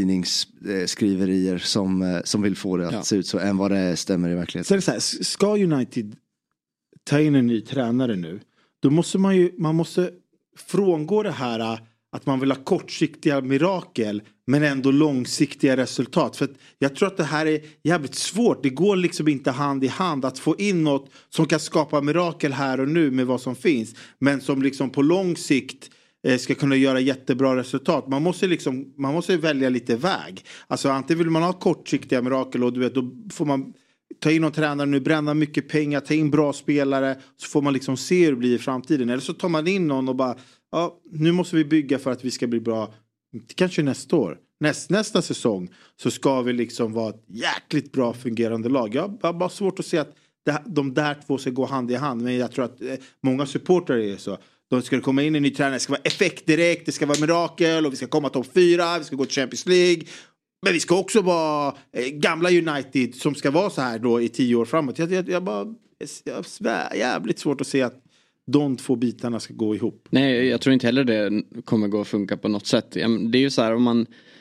Speaker 6: tidningsskriverier som, som vill få det att ja. se ut så än vad det stämmer i verkligheten.
Speaker 5: Så är det så här, ska United ta in en ny tränare nu, då måste man ju, man måste frångå det här att man vill ha kortsiktiga mirakel men ändå långsiktiga resultat. För att jag tror att det här är jävligt svårt. Det går liksom inte hand i hand att få in något som kan skapa mirakel här och nu med vad som finns. Men som liksom på lång sikt eh, ska kunna göra jättebra resultat. Man måste liksom, man måste välja lite väg. Alltså antingen vill man ha kortsiktiga mirakel och du vet, då får man ta in någon tränare nu, bränna mycket pengar, ta in bra spelare, så får man liksom se hur det blir i framtiden. Eller så tar man in någon och bara, ja, nu måste vi bygga för att vi ska bli bra. Kanske nästa år. Näst, nästa säsong så ska vi liksom vara ett jäkligt bra fungerande lag. Jag har bara svårt att se att det, de där två ska gå hand i hand. Men jag tror att eh, många supportrar är så. De ska komma in i en ny tränare, det ska vara effekt direkt, det ska vara mirakel och vi ska komma topp fyra, vi ska gå till Champions League. Men vi ska också vara eh, gamla United som ska vara så här då i tio år framåt. Jag, jag, jag bara jag svär, jävligt svårt att se att de två bitarna ska gå ihop.
Speaker 4: Nej, jag tror inte heller det kommer gå att funka på något sätt. Det är ju så här om man...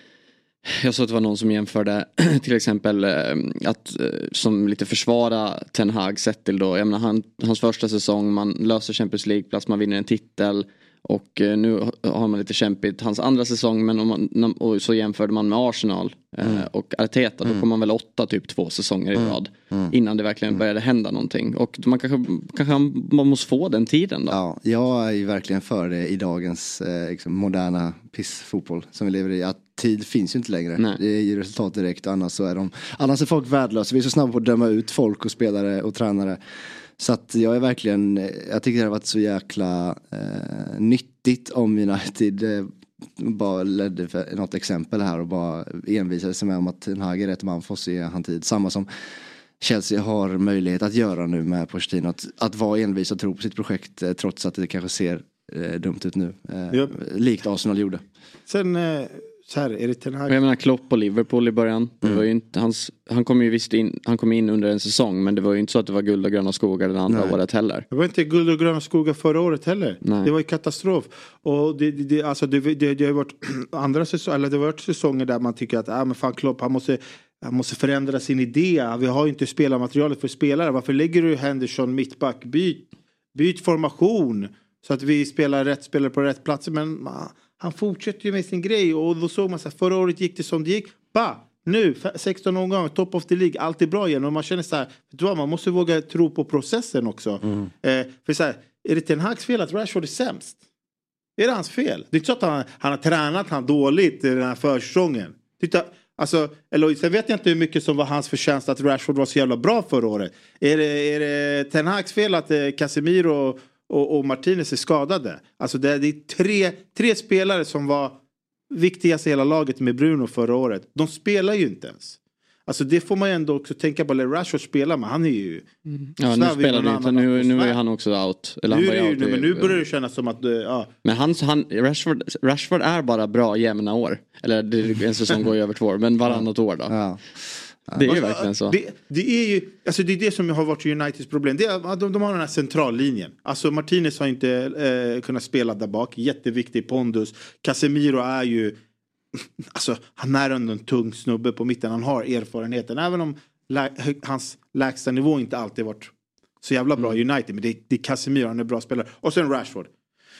Speaker 4: Jag såg att det var någon som jämförde till exempel att som lite försvara Ten Hag sett till då. Jag menar, han, hans första säsong, man löser Champions League-plats, man vinner en titel. Och nu har man lite kämpigt hans andra säsong, men om man, och så jämförde man med Arsenal mm. och Arteta, då kom man väl åtta typ två säsonger i rad mm. innan det verkligen mm. började hända någonting. Och man kanske, kanske man måste få den tiden då.
Speaker 6: Ja, jag är ju verkligen för det i dagens eh, liksom, moderna pissfotboll som vi lever i. Att tid finns ju inte längre. Nej. Det är ju resultat direkt, annars så är de annars är folk värdelösa. Vi är så snabba på att döma ut folk och spelare och tränare. Så att jag är verkligen, jag tycker det har varit så jäkla eh, nyttigt om United eh, bara ledde för något exempel här och bara envisade sig med om att Ten Hag är rätt man får se han tid. Samma som Chelsea har möjlighet att göra nu med Pochettino, att, att vara envis och tro på sitt projekt eh, trots att det kanske ser eh, dumt ut nu. Eh, yep. Likt Arsenal gjorde.
Speaker 5: Sen... Eh... Så här, är det Ten Hag?
Speaker 4: Jag menar Klopp och Liverpool i början. Mm. Det var ju inte, hans, han kom ju visst in, han kom in under en säsong, men det var ju inte så att det var guld och gröna skogar den andra Nej. året heller.
Speaker 5: Det var inte guld och gröna skogar förra året heller. Nej. Det var ju katastrof. Och det, det, alltså det, det, det har varit andra säsonger, eller det har varit säsonger där man tycker att ah, men fan Klopp, han måste, han måste förändra sin idé. Vi har ju inte spelarmaterialet för spelare. Varför lägger du Henderson mittback? Byt, byt formation så att vi spelar rätt spelare på rätt platser. Men han fortsätter ju med sin grej. Och då såg man så här, förra året gick det som det gick. Ba, nu, sexton omgångar, top of the League. Allt är bra igen. Och man känner så här, vet du vad, man måste våga tro på processen också. Mm. Eh, för så här, är det Ten Hags fel att Rashford är sämst? Är det hans fel? Det är inte så att han, han har tränat han dåligt i den här försäsongen. Titta, alltså, eller sen vet jag inte hur mycket som var hans förtjänst att Rashford var så jävla bra förra året. Är det, är det Ten Hags fel att eh, Casemiro och, och Martinez är skadade? Alltså det, det är tre, tre spelare som var viktigast i hela laget med Bruno förra året. De spelar ju inte ens. Alltså det får man ju ändå också tänka på. Eller Rashford spelar, men han är ju...
Speaker 4: Mm. Ja, nu spelar det inte. Nu, nu är han också out. Eller
Speaker 5: nu,
Speaker 4: han var
Speaker 5: ju, nu, men nu börjar det kännas som att... Ja.
Speaker 4: Men han, han, Rashford, Rashford är bara bra jämna år. Eller det, en säsong går ju över två år. Men varannat år då. Ja. Det är ju alltså, verkligen så.
Speaker 5: Det, det är ju, alltså det är det som har varit Uniteds problem. Det är, de, de har den här centrallinjen. Alltså Martinez har inte eh, kunnat spela där bak. Jätteviktig pondus. Casemiro är ju... Alltså han är ändå en tung snubbe på mitten. Han har erfarenheten. Även om lä- hans lägsta nivå inte alltid varit så jävla bra mm. United. Men det, det är Casemiro, han är bra spelare. Och sen Rashford.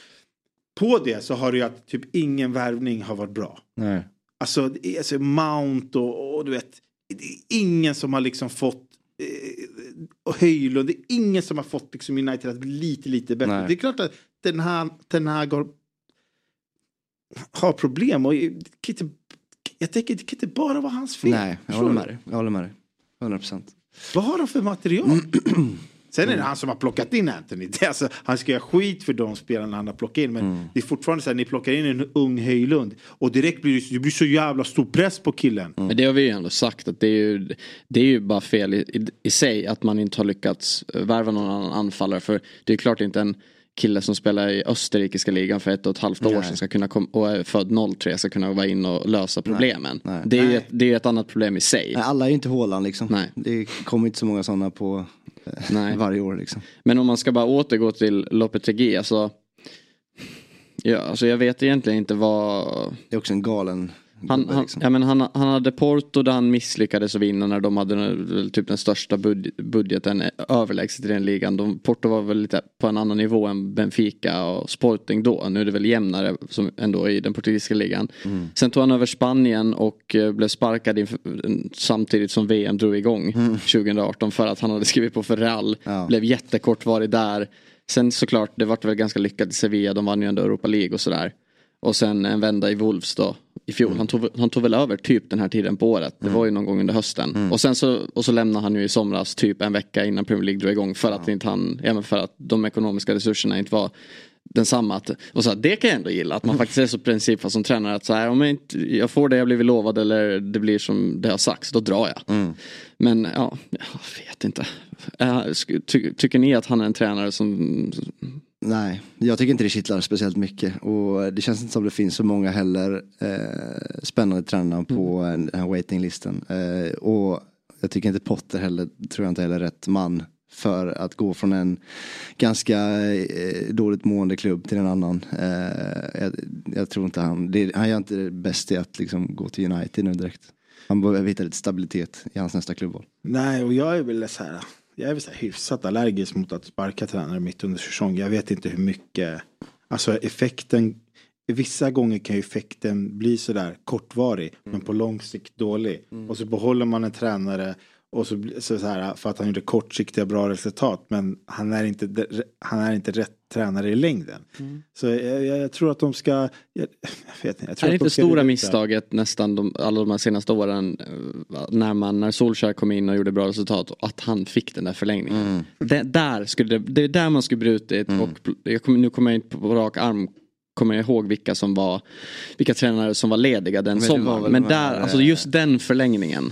Speaker 5: På det så har det ju att typ ingen värvning har varit bra.
Speaker 6: Nej.
Speaker 5: Alltså, alltså Mount och, och du vet... Det är ingen som har liksom fått eh, och Höjlund, det är ingen som har fått liksom United att bli lite, lite bättre. Nej. Det är klart att den här, den här går, har problem och det kan inte, jag tänker det kan inte bara vara hans fel.
Speaker 6: Nej, jag håller med dig. Jag håller med dig. hundra procent.
Speaker 5: Vad har de för material? Sen är det
Speaker 6: mm.
Speaker 5: han som har plockat in Anthony. Det är alltså, han ska göra skit för de spelarna han har plockat in. Men mm. det är fortfarande så här, ni plockar in en ung Höjlund. Och direkt blir det, det blir så jävla stor press på killen.
Speaker 4: Mm. Men det har vi ju ändå sagt att det är ju, det är ju bara fel i, i, i sig att man inte har lyckats värva någon annan anfallare. För det är klart inte en kille som spelar i österrikiska ligan för ett och ett halvt år sedan ska kunna kom- och är född noll tre ska kunna vara in och lösa problemen. Nej, nej. Det är ju ett, det är ett annat problem i sig.
Speaker 6: Nej, alla är ju inte Haaland liksom. Nej. Det kommer inte så många sådana på eh, varje år liksom.
Speaker 4: Men om man ska bara återgå till Lopetegui, alltså, ja, alltså jag vet egentligen inte vad...
Speaker 6: Det är också en galen...
Speaker 4: Han, han, ja, men han, han hade Porto där han misslyckades att vinna när de hade typ den största bud, budgeten överlägset i den ligan. De, Porto var väl lite på en annan nivå än Benfica och Sporting då. Nu är det väl jämnare som ändå i den portugisiska ligan. Mm. Sen tog han över Spanien och blev sparkad inför, samtidigt som V M drog igång mm. tjugo arton för att han hade skrivit på för Real. Ja. Blev jättekortvarig där. Sen såklart, det var väl ganska lyckat i Sevilla. De vann ju ändå Europa League och sådär. Och sen en vända i Wolves då i fjol. Mm. Han, tog, han tog väl över typ den här tiden på året. Det mm. var ju någon gång under hösten. Mm. Och sen så, och så lämnade han ju i somras typ en vecka innan Premier League drog igång. För, ja. att, inte han, ja, men för att de ekonomiska resurserna inte var densamma. Att, och så, det kan jag ändå gilla. Att man faktiskt är så principfast som tränare. Att så här, om jag, inte, jag får det jag blivit lovad eller det blir som det har sagts, då drar jag. Mm. Men ja, jag vet inte. Äh, ty, tycker ni att han är en tränare som...
Speaker 6: Nej, jag tycker inte det kittlar speciellt mycket. Och det känns inte som det finns så många heller eh, spännande tränare på mm. den här waitinglisten. Eh, och jag tycker inte Potter heller, tror jag inte heller är rätt man för att gå från en ganska eh, dåligt mående klubb till en annan. Eh, jag, jag tror inte han, det, han gör inte det bäst i att liksom gå till United nu direkt. Han behöver hitta lite stabilitet i hans nästa klubbval.
Speaker 5: Nej, och jag är väl så här... Jag är väl så här hyfsat allergisk mot att sparka tränare mitt under säsong. Jag vet inte hur mycket... Alltså effekten... Vissa gånger kan ju effekten bli sådär kortvarig. Mm. Men på lång sikt dålig. Mm. Och så behåller man en tränare... Och så, så, så här, för att han gjorde kortsiktiga bra resultat. Men han är inte, han är inte rätt tränare i längden. Mm. Så jag, jag tror att de ska... Jag, jag vet inte. Jag tror
Speaker 4: är det
Speaker 5: att
Speaker 4: inte stora misstaget nästan de, alla de här senaste åren när man när Solskjaer kom in och gjorde bra resultat att han fick den där förlängningen. Mm. Det, där skulle det, det är där man skulle brutit mm. och jag kommer, nu kommer jag inte på rak arm kommer jag ihåg vilka som var vilka tränare som var lediga den men sommaren. Men där, här, alltså just den förlängningen.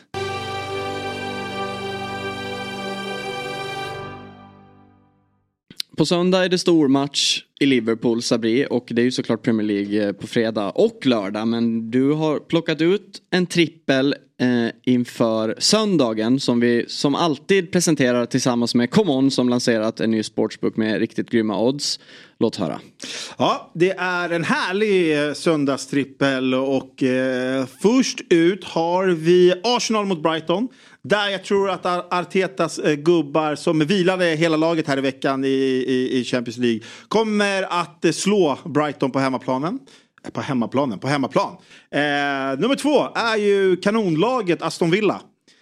Speaker 4: På söndag är det stor match i Liverpool, Sabri, och det är ju såklart Premier League på fredag och lördag. Men du har plockat ut en trippel eh, inför söndagen som vi som alltid presenterar tillsammans med Common som lanserat en ny sportsbook med riktigt grymma odds. Låt höra.
Speaker 5: Ja, det är en härlig eh, söndagstrippel och eh, först ut har vi Arsenal mot Brighton. Där jag tror att Artetas eh, gubbar som vilade hela laget här i veckan i, i, i Champions League kommer att eh, slå Brighton på hemmaplanen. Eh, på hemmaplanen, på hemmaplan. Eh, nummer två är ju kanonlaget Aston Villa.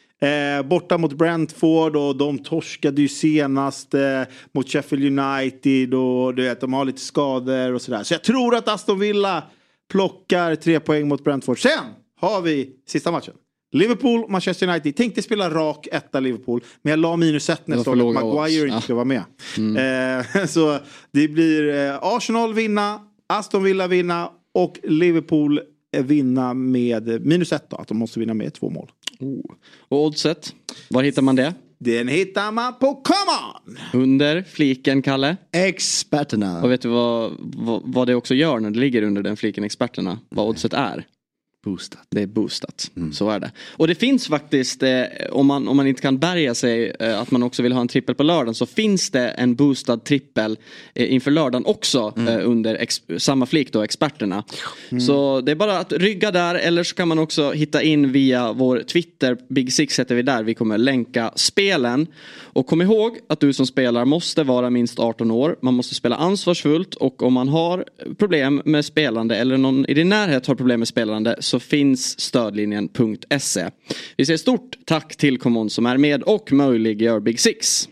Speaker 5: Eh, borta mot Brentford och de torskade ju senast eh, mot Sheffield United och du vet, de har lite skador och sådär. Så jag tror att Aston Villa plockar tre poäng mot Brentford. Sen har vi sista matchen. Liverpool, Manchester United. Tänkte spela rak etta Liverpool. Men jag la minus ett nästa år. Maguire inte ska vara med. Mm. Eh, så det blir eh, Arsenal vinna, Aston Villa vinna och Liverpool vinna med minus ett då. Att de måste vinna med två mål.
Speaker 4: Oh. Och oddset, var hittar man det?
Speaker 5: Den hittar man på Common.
Speaker 4: Under fliken, Kalle?
Speaker 6: Experterna.
Speaker 4: Och vet du vad, vad, vad det också gör när det ligger under den fliken experterna? Vad oddset är?
Speaker 6: Boostat.
Speaker 4: Det är boostat, mm. Så är det. Och det finns faktiskt, eh, om, man, om man inte kan bärga sig eh, att man också vill ha en trippel på lördagen, så finns det en boostad trippel eh, inför lördagen också mm. eh, under ex- samma flik då, experterna. Mm. Så det är bara att rygga där, eller så kan man också hitta in via vår Twitter, Big Six heter vi där, vi kommer länka spelen. Och kom ihåg att du som spelar måste vara minst arton år, man måste spela ansvarsfullt, och om man har problem med spelande eller någon i din närhet har problem med spelande, så finns stödlinjen punkt se. Vi säger stort tack till Common som är med och möjliggör Big Six.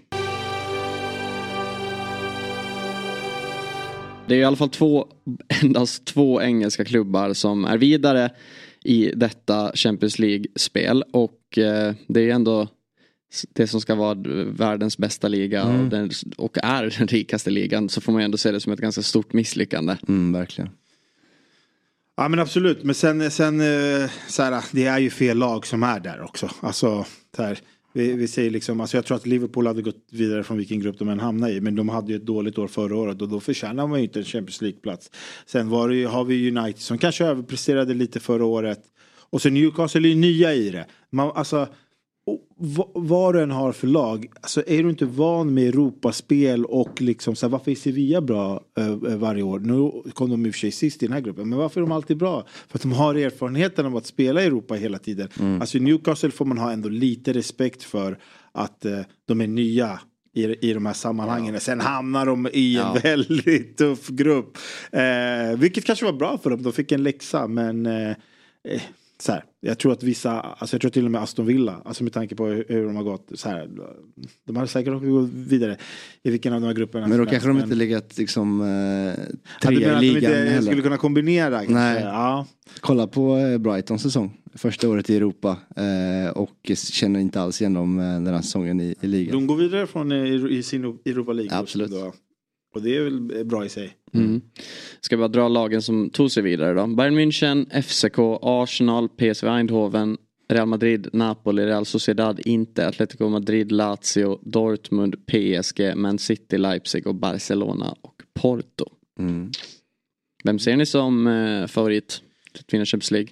Speaker 4: Det är i alla fall två, endast två engelska klubbar som är vidare i detta Champions League-spel. Och eh, det är ändå det som ska vara världens bästa liga mm. och, den, och är den rikaste ligan, så får man ändå se det som ett ganska stort misslyckande.
Speaker 6: Mm, verkligen.
Speaker 5: Ja men absolut, men sen, sen så här, det är ju fel lag som är där också. Alltså så här, vi, vi säger liksom, alltså jag tror att Liverpool hade gått vidare från vilken grupp de än hamnade i, men de hade ju ett dåligt år förra året och då förtjänar man ju inte en Champions League-plats. Sen var det ju, har vi United som kanske överpresterade lite förra året, och så Newcastle är ju nya i det. Man, alltså vad du än har för lag, alltså är du inte van med Europaspel och liksom så här, varför är Sevilla bra äh, varje år? Nu kom de i och för sig sist i den här gruppen, men varför är de alltid bra? För att de har erfarenheten av att spela i Europa hela tiden. Mm. Alltså i Newcastle får man ha ändå lite respekt för att äh, de är nya i, i de här sammanhangen. Ja. Sen hamnar de i en ja. väldigt tuff grupp. Eh, vilket kanske var bra för dem, de fick en läxa, men eh, så här, jag tror att vissa, alltså jag tror till och med Aston Villa, alltså med tanke på hur, hur de har gått så här, de har säkert också gått vidare i vilken av de här grupperna.
Speaker 6: Men då kanske de inte legat liksom eh, tre i ligan
Speaker 5: inte heller. Skulle kunna kombinera.
Speaker 6: Nej.
Speaker 5: Ja.
Speaker 6: Kolla på eh, Brightons säsong, första året i Europa eh, och känner inte alls igen dem eh, den här säsongen i, i ligan.
Speaker 5: De går vidare från i, i sin Europa League.
Speaker 6: Ja, absolut.
Speaker 5: Då. Och det är väl bra i sig.
Speaker 4: Mm. Ska bara dra lagen som tog sig vidare då. Bayern München, F C K, Arsenal, P S V Eindhoven, Real Madrid, Napoli, Real Sociedad, Inter, Atletico Madrid, Lazio, Dortmund, P S G, Man City, Leipzig och Barcelona och Porto.
Speaker 6: Mm.
Speaker 4: Vem ser ni som eh, favorit att vinna Champions League?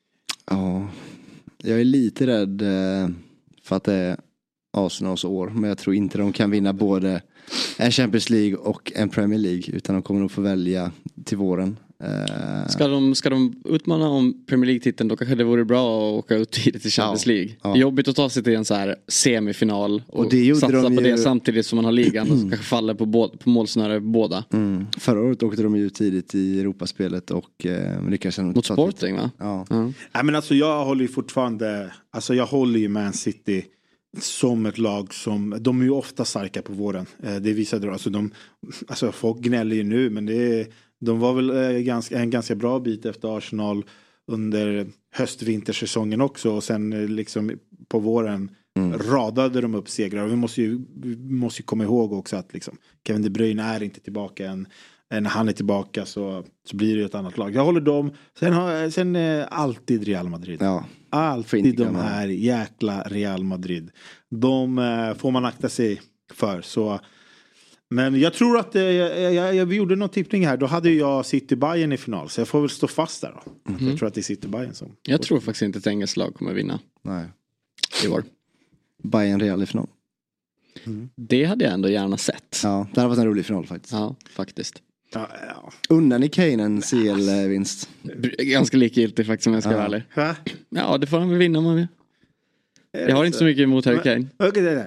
Speaker 6: Ja, jag är lite rädd eh, för att det är Arsenals år, men jag tror inte de kan vinna både en Champions League och en Premier League, utan de kommer nog få välja till våren. Uh...
Speaker 4: Ska de, ska de utmana om Premier League-titeln, då kanske det vore bra att åka ut tidigt till Champions ja, League. Ja. Jobbigt att ta sig till en så här semifinal och, och det satsa de på ju... det samtidigt som man har ligan och kanske faller på, bo- på målsnöre båda.
Speaker 6: Mm. Förra året åkte de ju tidigt i Europaspelet och eh, lyckades
Speaker 4: mot Sporting, va?
Speaker 6: Ja.
Speaker 5: Ja. Nej, men alltså jag håller ju fortfarande, alltså jag håller ju Man City som ett lag som, de är ju ofta starka på våren. Eh, det visade alltså de, alltså folk gnäller ju nu, men det är, de var väl eh, ganska, en ganska bra bit efter Arsenal under höst-vintersäsongen också, och sen eh, liksom på våren mm. radade de upp segrar. Och vi måste ju, vi måste ju komma ihåg också att liksom, Kevin De Bruyne är inte tillbaka än. När han är tillbaka så, så blir det ett annat lag. Jag håller dem. Sen, har, sen eh, alltid Real Madrid.
Speaker 6: Ja.
Speaker 5: Alltid de här jäkla Real Madrid. De eh, får man akta sig för. Så. Men jag tror att eh, jag, jag, jag, vi gjorde någon tippning här. Då hade jag City Bayern i final. Så jag får väl stå fast där då. Mm. Jag tror att det är City Bayern som...
Speaker 4: Jag tror faktiskt inte att engelskt lag kommer vinna.
Speaker 6: Nej.
Speaker 4: I år.
Speaker 6: Bayern Real i final.
Speaker 4: Mm. Det hade jag ändå gärna sett.
Speaker 6: Ja, det hade varit en rolig final faktiskt.
Speaker 4: Ja, faktiskt.
Speaker 5: Ja, ja.
Speaker 6: Undan ni Kane en C L-vinst?
Speaker 4: Ganska likgiltigt faktiskt, om jag ska
Speaker 6: ja.
Speaker 4: vara ärlig.
Speaker 5: Ha?
Speaker 4: Ja, det får han väl vinna om man vill. Jag har inte så mycket emot Harry Kane.
Speaker 5: Okej, okay, det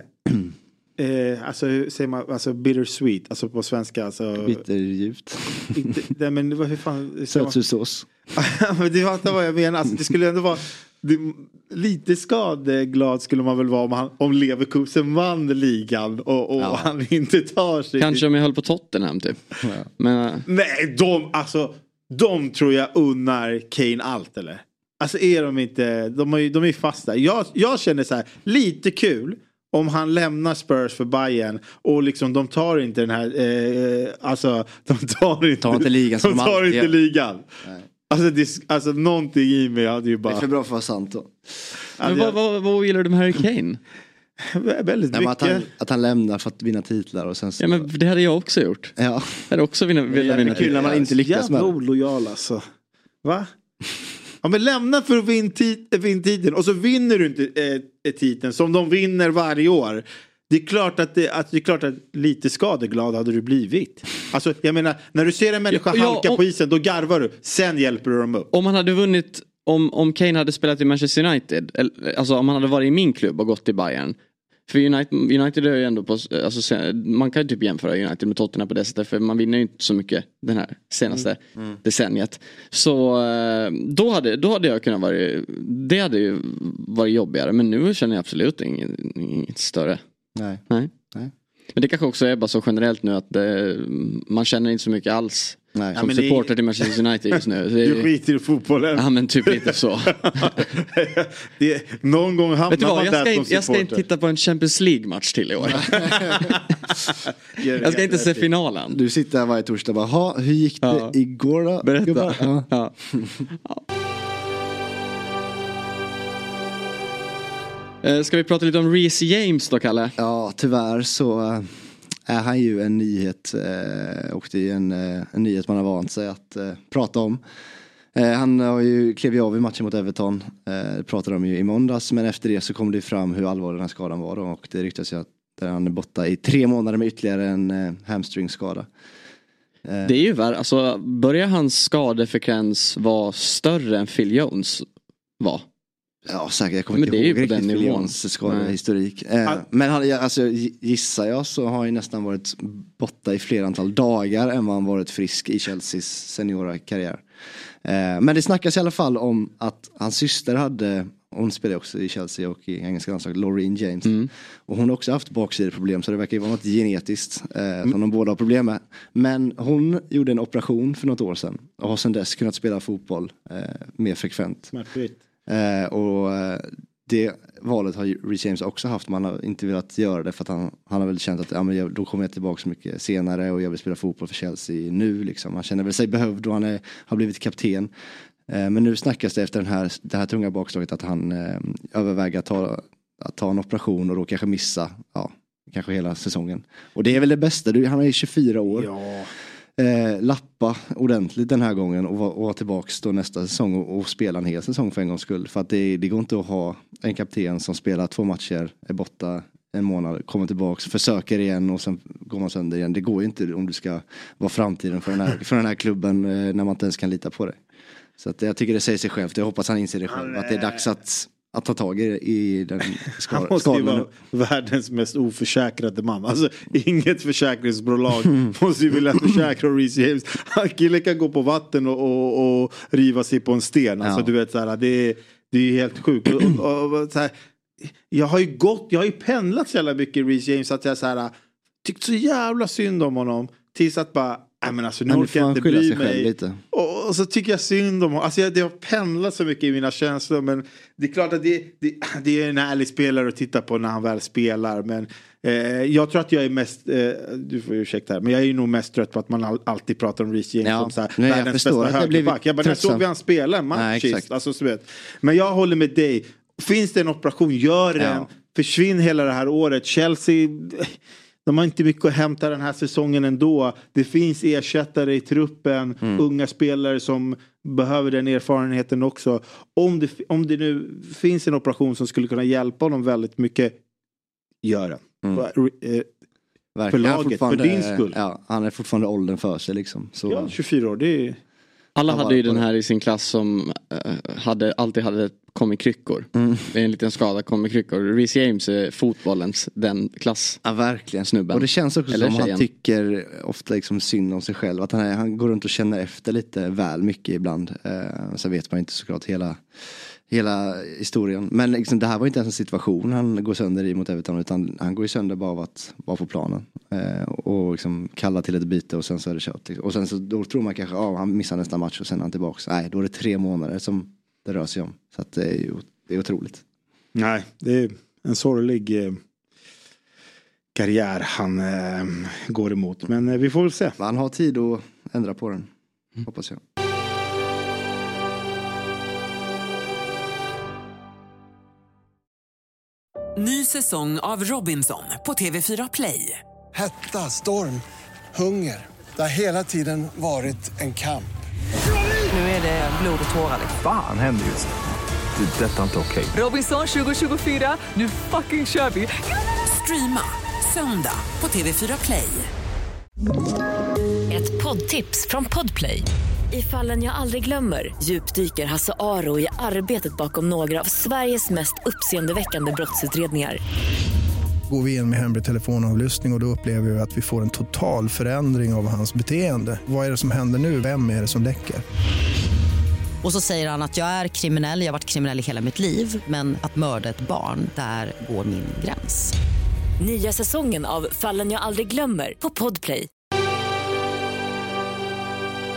Speaker 5: där. Eh, alltså hur säger man, alltså bittersweet, alltså på svenska, alltså
Speaker 6: bitterljuvt.
Speaker 5: Nej, men vad, hur fan
Speaker 6: sötsursås.
Speaker 5: Men det var inte vad jag menar, alltså det skulle ändå vara det, lite skadeglad skulle man väl vara om, han, om Leverkusen vann ligan och, och ja. han inte tar sig.
Speaker 4: Kanske om jag höll på Tottenham typ. Ja. Men...
Speaker 5: Nej, de, alltså de tror jag unnar Kane allt, eller? Alltså är de inte, de är, de är fast där. Jag, jag känner så här, lite kul om han lämnar Spurs för Bayern och liksom de tar inte den här, eh, alltså de tar inte,
Speaker 6: tar inte ligan.
Speaker 5: De tar inte ligan. Nej. Alltså, det, alltså någonting i mig hade ju bara...
Speaker 6: Det är för bra för att vara sant då.
Speaker 4: Men vad, vad, vad gillar du med Harry Kane?
Speaker 5: Väldigt
Speaker 6: Nej,
Speaker 5: mycket.
Speaker 6: Att han, att han lämnar för att vinna titlar och sen så...
Speaker 4: Ja, men det hade jag också gjort.
Speaker 6: Ja.
Speaker 4: Jag hade också vinna, velat vinna
Speaker 6: titlar. När man inte lyckas med det.
Speaker 5: Jävla olojal alltså. Va? Ja, men lämna för att vinna tit- vin titeln och så vinner du inte eh, titeln som de vinner varje år. Det är klart att det, att det är klart att lite skadeglad hade du blivit. Alltså jag menar, när du ser en människa ja, halka om, på isen, då garvar du. Sen hjälper du dem upp.
Speaker 4: Om han hade vunnit, om, om Kane hade spelat i Manchester United, eller, alltså om han hade varit i min klubb och gått till Bayern. För United, United är ju ändå på, alltså, man kan ju typ jämföra United med Tottenham på det sättet, för man vinner ju inte så mycket den här senaste mm. Mm. decenniet. Så då hade, då hade jag kunnat vara, det hade ju varit jobbigare, men nu känner jag absolut inget, inget större.
Speaker 6: Nej.
Speaker 4: Nej.
Speaker 6: Nej.
Speaker 4: Men det kanske också är bara så generellt nu att det, man känner inte så mycket alls
Speaker 6: Nej.
Speaker 4: Som
Speaker 5: Ja,
Speaker 4: supporter
Speaker 5: det...
Speaker 4: till Manchester United just nu. Det är...
Speaker 5: Du skiter i fotbollen.
Speaker 4: Ja, men typ lite så.
Speaker 5: det, någon gång hamnar
Speaker 4: Vet du vad,
Speaker 5: man
Speaker 4: jag
Speaker 5: där
Speaker 4: ska,
Speaker 5: som
Speaker 4: in, jag ska inte titta på en Champions League-match till i år. jag ska inte se finalen.
Speaker 6: Du sitter här varje torsdag och bara, ha, hur gick det ja. igår då?
Speaker 4: Berätta. Ja. Ja. Ja. Ska vi prata lite om Reece James då, Kalle?
Speaker 6: Ja, tyvärr så är han ju en nyhet. Och det är en, en nyhet man har vant sig att prata om. Han har ju klev av i matchen mot Everton. Det pratade de ju i måndags. Men efter det så kom det fram hur allvarlig den här skadan var. Då, och det ryktas ju att han är borta i tre månader med ytterligare en hamstringskada.
Speaker 4: Det är ju värre. Alltså, börjar hans skadefrekvens vara större än Phil Jones var?
Speaker 6: Ja, säkert. Jag kommer inte ihåg riktigt Phil Jones skadehistorik. Eh, men han, alltså, gissar jag så har han nästan varit borta i flera antal dagar än vad han varit frisk i Chelseas seniora karriär. Eh, men det snackas i alla fall om att hans syster hade, hon spelade också i Chelsea och i engelska landslaget, Laureen James. Mm. Och hon har också haft baksideproblem, så det verkar ju vara något genetiskt eh, som mm. de båda har problem med. Men hon gjorde en operation för något år sedan och har sedan dess kunnat spela fotboll eh, mer frekvent. Eh, och eh, det valet har Reece James också haft. Man har inte velat göra det för att han, han har väl känt att ja, men jag, då kommer jag tillbaka så mycket senare och jag vill spela fotboll för Chelsea nu liksom. Han känner väl sig behövd och han är, har blivit kapten. Eh, men nu snackas det efter den här, det här tunga bakslaget att han eh, överväger att ta, att ta en operation och då kanske missa ja, kanske hela säsongen. Och det är väl det bästa. Han är tjugofyra år.
Speaker 5: Ja.
Speaker 6: Eh, lappa ordentligt den här gången och vara var tillbaka då nästa säsong och, och spela en hel säsong för en gångs skull. För att det, det går inte att ha en kapten som spelar två matcher, är borta en månad, kommer tillbaka, försöker igen och sen går man sönder igen. Det går ju inte om du ska vara framtiden för den här, för den här klubben eh, när man inte ens kan lita på det. Så att jag tycker det säger sig självt. Jag hoppas han inser det själv. Att det är dags att att ta tag i, i den skar-
Speaker 5: Han måste ju vara världens mest oförsäkrade man. Alltså inget försäkringsbolag måste ju vilja försäkra Reece James. Han killen kan gå på vatten och, och, och riva sig på en sten. Alltså ja. Du vet så här, det är, det är helt sjukt. Och, och, och, så här, jag har ju gått, jag har ju pendlat så jävla mycket Reece James att jag så här tyckt så jävla synd om honom. Tills att bara nej men alltså nu orkar jag inte bry mig lite. Och, och så tycker jag synd om alltså jag, det har pendlat så mycket i mina känslor. Men det är klart att det, det, det är en ärlig spelare att titta på när han väl spelar. Men eh, jag tror att jag är mest eh, du får ursäkta här, men jag är ju nog mest trött på att man all, alltid pratar om Reece James ja. Som så här, nej, världens bästa högerback. Jag bara, när såg vi han spela en match nej, sist alltså, så vet. Men jag håller med dig. Finns det en operation, gör den ja. Försvinn hela det här året. Chelsea de har inte mycket att hämta den här säsongen ändå. Det finns ersättare i truppen. Mm. Unga spelare som behöver den erfarenheten också. Om det, om det nu finns en operation som skulle kunna hjälpa honom väldigt mycket. Gör den. Mm. För laget, för din skull.
Speaker 6: Ja, han är fortfarande åldern för sig liksom. Så.
Speaker 5: Ja, tjugofyra år. Det är...
Speaker 4: Alla hade ju den här i sin klass som uh, hade, alltid hade kommit kryckor. Mm. Det är en liten skada, kommit kryckor. Reece James är fotbollens den klass.
Speaker 6: Ja, verkligen.
Speaker 4: Snubben.
Speaker 6: Och det känns också Eller som tjejen. Han tycker ofta liksom synd om sig själv. Att han, är, han går runt och känner efter lite väl mycket ibland. Uh, så vet man inte såklart hela, hela historien. Men liksom, det här var inte ens en situation han går sönder i mot Everton. Utan han går ju sönder bara av att vara på planen. Uh, och liksom kalla till ett byte och sen så är det kört. Och sen så då tror man kanske att oh, han missar nästa match och sen är han tillbaka. Nej, då är det tre månader som det rör sig om. Så att det är ju det är otroligt.
Speaker 5: Nej, det är en sorglig eh, karriär han eh, går emot. Men eh, vi får väl se.
Speaker 6: Han har tid att ändra på den, mm. hoppas jag.
Speaker 1: Ny säsong av Robinson på T V fyra Play.
Speaker 2: Hetta, storm, hunger. Det har hela tiden varit en kamp.
Speaker 1: Nu är det blod och tårar.
Speaker 3: Fan händer just det. Det är detta inte okej.
Speaker 1: Okay. Robinson tjugo tjugofyra, nu fucking kör vi. Streama söndag på T V fyra Play.
Speaker 8: Ett poddtips från Podplay. I Fallen jag aldrig glömmer djupdyker Hasse Aro i arbetet bakom några av Sveriges mest uppseendeväckande brottsutredningar.
Speaker 9: Går vi in med hemlig telefonavlyssning och då upplever vi att vi får en total förändring av hans beteende. Vad är det som händer nu? Vem är det som läcker?
Speaker 10: Och så säger han att jag är kriminell, jag har varit kriminell i hela mitt liv. Men att mörda ett barn, där går min gräns.
Speaker 8: Nya säsongen av Fallen jag aldrig glömmer på Podplay.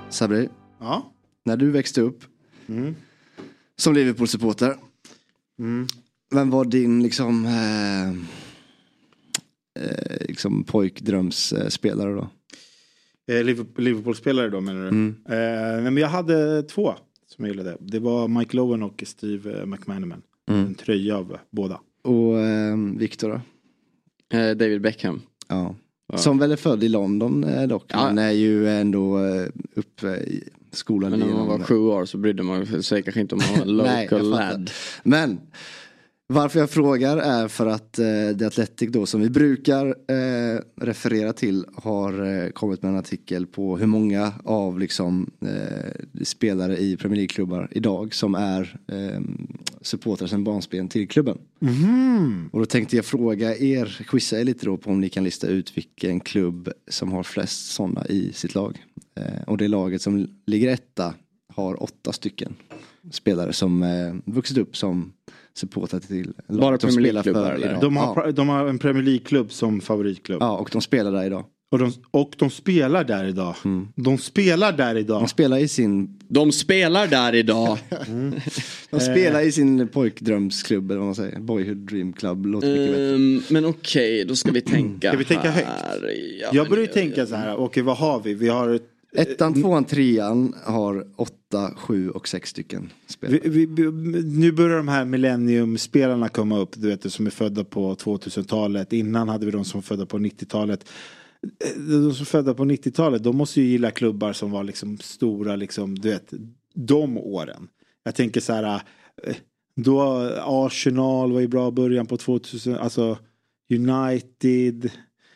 Speaker 6: Sabri.
Speaker 5: Ja.
Speaker 6: När du växte upp
Speaker 5: mm.
Speaker 6: som Liverpool-supporter.
Speaker 5: Mm.
Speaker 6: Vem var din liksom, eh, eh, liksom pojkdrömsspelare då?
Speaker 5: Eh, Liverpool-spelare då menar du?
Speaker 6: Mm.
Speaker 5: Eh, men jag hade två som jag gillade. Det var Mike Lowen och Steve McManaman. Mm. En tröja av båda.
Speaker 6: Och eh, Victor då?
Speaker 4: Eh, David Beckham.
Speaker 6: Ja. Ja. Som väl är född i London eh, dock. Ja. Men är ju ändå eh, uppe i skolan.
Speaker 4: Men när man var sju år så brydde man sig kanske inte om att vara en local lad.
Speaker 6: Men varför jag frågar är för att eh, The Athletic då som vi brukar eh, referera till har eh, kommit med en artikel på hur många av liksom eh, spelare i Premier League-klubbar idag som är eh, supportrar sedan barnsben till klubben.
Speaker 5: Mm.
Speaker 6: Och då tänkte jag fråga er, quizza er lite då på om ni kan lista ut vilken klubb som har flest sådana i sitt lag. Eh, och det laget som ligger etta har åtta stycken spelare som eh, vuxit upp som supportrar till
Speaker 4: bara Premier League-klubbar.
Speaker 5: De har, ja. de har en Premier League-klubb som favoritklubb.
Speaker 6: Ja, och de spelar där idag.
Speaker 5: Och de, och de spelar där idag. Mm. De spelar där idag.
Speaker 6: De spelar i sin...
Speaker 4: De spelar där idag.
Speaker 6: mm. De spelar i sin pojkdrömsklubb, eller vad man säger. Boyhood Dream Club. Låter mycket
Speaker 4: um,
Speaker 6: bättre.
Speaker 4: Men okej, okay, då ska vi tänka
Speaker 5: Ska vi tänka
Speaker 4: här.
Speaker 5: högt?
Speaker 4: Ja,
Speaker 5: jag börjar ju
Speaker 4: men,
Speaker 5: tänka så här. Okej, okay, vad har vi? Vi har... Ett,
Speaker 6: Ettan, tvåan, trean har åtta, sju och sex stycken spelare.
Speaker 5: Vi, vi, nu börjar de här millennium-spelarna komma upp. Du vet, som är födda på tvåtusentalet. Innan hade vi de som födda på nittiotalet. De som födda på nittiotalet, de måste ju gilla klubbar som var liksom stora, liksom, du vet, de åren. Jag tänker så här, då Arsenal var i bra början på tvåtusen, alltså United.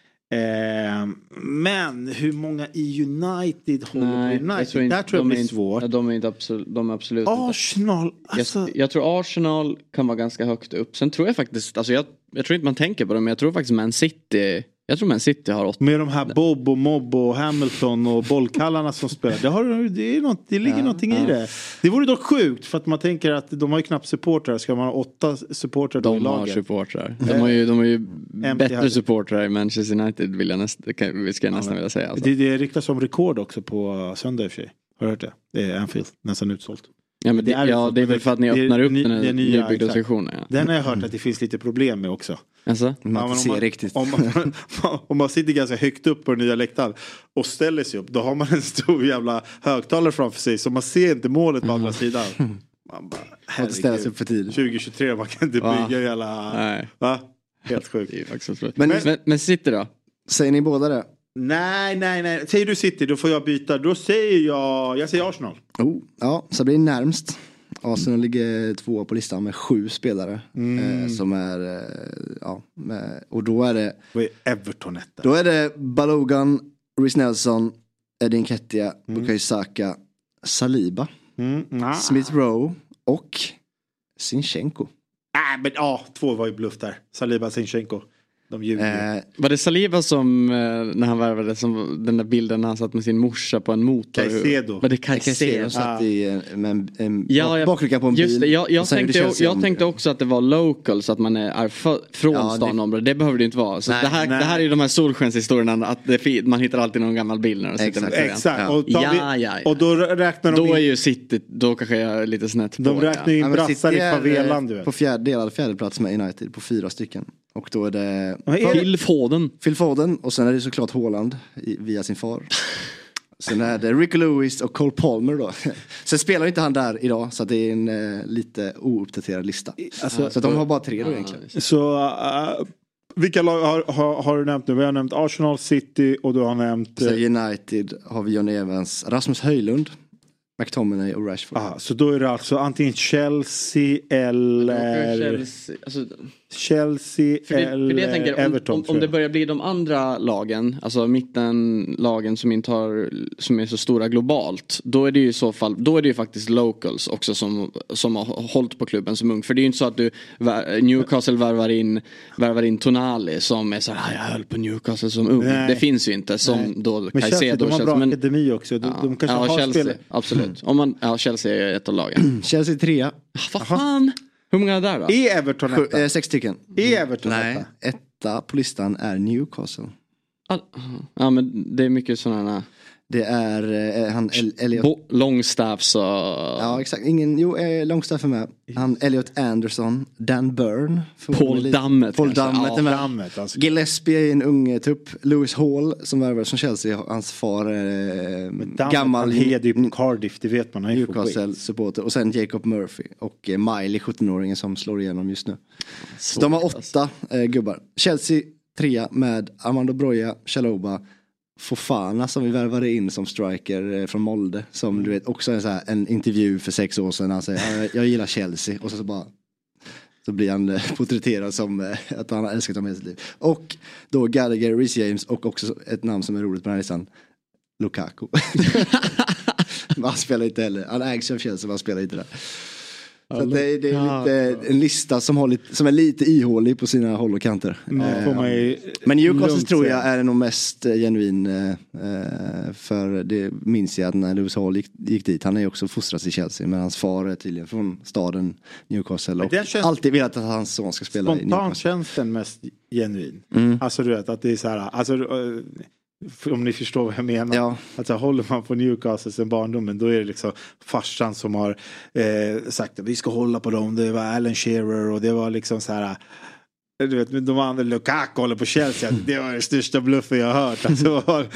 Speaker 5: Eh, men hur många i United håller på United?
Speaker 4: Inte,
Speaker 5: där tror jag
Speaker 4: de
Speaker 5: blir
Speaker 4: inte,
Speaker 5: svårt.
Speaker 4: Ja, de är inte absolut, de är absolut
Speaker 5: Arsenal,
Speaker 4: inte.
Speaker 5: alltså...
Speaker 4: jag, jag tror Arsenal kan vara ganska högt upp. Sen tror jag faktiskt, alltså jag, jag tror inte man tänker på det, men jag tror faktiskt Man City, jag tror Man City har åtta.
Speaker 5: Med de här Bob och Mob och Hamilton och bollkallarna som spelar. Det, har, det, är något, det ligger ja, någonting ja. i det. Det vore dock sjukt för att man tänker att de har ju knappt supportrar. Ska man ha åtta supportrar då i laget?
Speaker 4: De har supportrar. De har ju, de har ju bättre supportrar i Manchester United, vill jag näst, vi ska jag nästan ja, vilja säga. Alltså.
Speaker 5: Det, det riktas som rekord också på söndag i och för sig. Har du hört det? Det är Anfield, nästan utsålt.
Speaker 4: Ja, men det, det är, ja, det är väl för att ni öppnar upp den här nybyggda sektionen. Ja.
Speaker 5: Den har jag hört att det finns lite problem med också.
Speaker 4: Alltså?
Speaker 6: Man ja, ser man, riktigt.
Speaker 5: Om man, om man sitter ganska högt upp på den nya läktaren och ställer sig upp, då har man en stor jävla högtalare framför sig så man ser inte målet på andra sidan. Man bara,
Speaker 6: herregud, ställa sig upp för tid.
Speaker 5: tjugo tjugotre, man kan inte bygga ja. jävla...
Speaker 4: Nej.
Speaker 5: Va? Helt sjukt.
Speaker 4: Men, men, men, men sitter då?
Speaker 6: Säger ni båda det?
Speaker 5: Nej, nej, nej. Säger du City, då får jag byta. Då säger jag... Jag säger Arsenal.
Speaker 6: Oh, ja, så blir det närmst. Arsenal ligger två på listan med sju spelare. Mm. Eh, som är... Eh, ja, med, och då är det...
Speaker 5: Vad är Everton etta?
Speaker 6: Då är det Balogan, Reece Nelson, Edin Nketiah, mm. Bukayo Saka, Saliba,
Speaker 5: mm. nah.
Speaker 6: Smith Rowe och Zinchenko.
Speaker 5: Nej, äh, men ja, två var ju bluff där. Saliba, Zinchenko. De
Speaker 4: eh, var det Saliba som eh, när han värvade som den där bilden när han satt med sin morsa på en motor?
Speaker 5: Caicedo.
Speaker 4: Var det Caicedo?
Speaker 6: Satt ah. i med en, en
Speaker 4: ja, jag,
Speaker 6: bakluckan på en bil.
Speaker 4: Just det, jag, jag, tänkte, jag, jag tänkte också att det var local så att man är, är för, från ja, stanområdet. Det, det behöver det inte vara. Så nej, det, här, det här är ju de här solskenshistorierna att det, man hittar alltid någon gammal bil när de sitter med
Speaker 5: Exakt.
Speaker 4: Ja.
Speaker 5: Och, ja,
Speaker 4: ja, ja.
Speaker 5: och då räknar de
Speaker 4: Då
Speaker 5: in,
Speaker 4: är ju City, då kanske jag är lite snett på.
Speaker 5: De räknar in
Speaker 6: ja.
Speaker 5: brassar i favelan du vet.
Speaker 6: På fjärde, delad fjärde plats med United på fyra stycken. Och då är det
Speaker 4: Phil Foden.
Speaker 6: Phil Foden. Och sen är det såklart Haaland i, via sin far. Sen är det Rick Lewis och Cole Palmer då. Sen spelar inte han där idag. Så det är en uh, lite ouppdaterad lista. Alltså, så de har bara tre då egentligen.
Speaker 5: Så uh, vilka lag har, har, har du nämnt nu? Vi har nämnt Arsenal, City och du har nämnt...
Speaker 6: Så United har vi John Evans, Rasmus Höjlund, McTominay och Rashford.
Speaker 5: Ah, så då är det alltså antingen Chelsea eller...
Speaker 4: Chelsea, alltså...
Speaker 5: Chelsea
Speaker 4: för det,
Speaker 5: eller
Speaker 4: för det jag tänker,
Speaker 5: Everton.
Speaker 4: Om, om, om det börjar bli de andra lagen, alltså mittenlagen som inte har, som är så stora globalt, då är det ju i så fall, då är det ju faktiskt locals också som, som har hållit på klubben som ung. För det är ju inte så att du Newcastle värvar in, värvar in Tonali som är så här, jag höll på Newcastle som ung. Nej. Det finns ju inte som Nej. då
Speaker 5: men Chelsea, de har bra men, akademi också. De,
Speaker 4: ja,
Speaker 5: de kanske
Speaker 4: ja,
Speaker 5: har
Speaker 4: Chelsea,
Speaker 5: spel.
Speaker 4: absolut. Om man, ja, Chelsea är ett av lagen.
Speaker 6: Chelsea trea.
Speaker 4: Ah, vad fan? Hur många är där då?
Speaker 5: Är Everton etta?
Speaker 6: Eh, sex stycken.
Speaker 5: Är Everton
Speaker 6: Nej,
Speaker 5: etta?
Speaker 6: etta på listan är Newcastle.
Speaker 4: All, ja, men det är mycket sådana...
Speaker 6: Det är eh, han El- Elliot...
Speaker 4: Bo- Longstaff så...
Speaker 6: Ja, exakt. Ingen, jo, eh, Longstaff är med. Han Elliot Anderson, Dan Byrne.
Speaker 4: Paul Dammet.
Speaker 6: Paul Dammet
Speaker 4: ja,
Speaker 6: är med.
Speaker 5: Dammet, alltså.
Speaker 6: Gillespie är en ung tupp. Lewis Hall som värvades från Chelsea. Hans far eh, gammal...
Speaker 5: Han hed ju på Cardiff, det vet man.
Speaker 6: Newcastle-supporter. Och sen Jacob Murphy. Och eh, Miley, sjutton-åringen som slår igenom just nu. Så de har åtta eh, gubbar. Chelsea trea med Armando Broja, Chalobah, Fofana som vi värvade in som striker från Molde. Som du vet också är så här, en intervju för sex år sedan. Han säger, jag, jag gillar Chelsea. Och så, så bara så blir han porträtterad som att han har älskat dem i sitt liv. Och då Gallagher, Reece James och också ett namn som är roligt på den här listan. Lukaku. Han spelar inte heller. Han ägs av Chelsea men han spelar inte där. Så det, det är lite en lista som, har lite, som är lite ihålig på sina håll och kanter.
Speaker 5: Mm,
Speaker 6: eh, men Newcastle tror jag är nog mest genuin. Eh, för det minns jag att när Lewis Hall gick, gick dit. Han är ju också fostrad i Chelsea. Men hans far är tydligen från staden Newcastle. Och känns, alltid velat att hans son ska spela i Newcastle.
Speaker 5: Spontant känns den mest genuin.
Speaker 6: Mm.
Speaker 5: Alltså du vet att det är så här. Alltså, om ni förstår vad jag menar.
Speaker 6: Ja.
Speaker 5: Alltså håller man på Newcastle sen barndomen, då är det liksom farsan som har eh, sagt att vi ska hålla på dem. Det var Alan Shearer och det var liksom så här. Du vet, de andra Lukaku håller på Chelsea. Det var den största bluffen jag har hört. Alltså.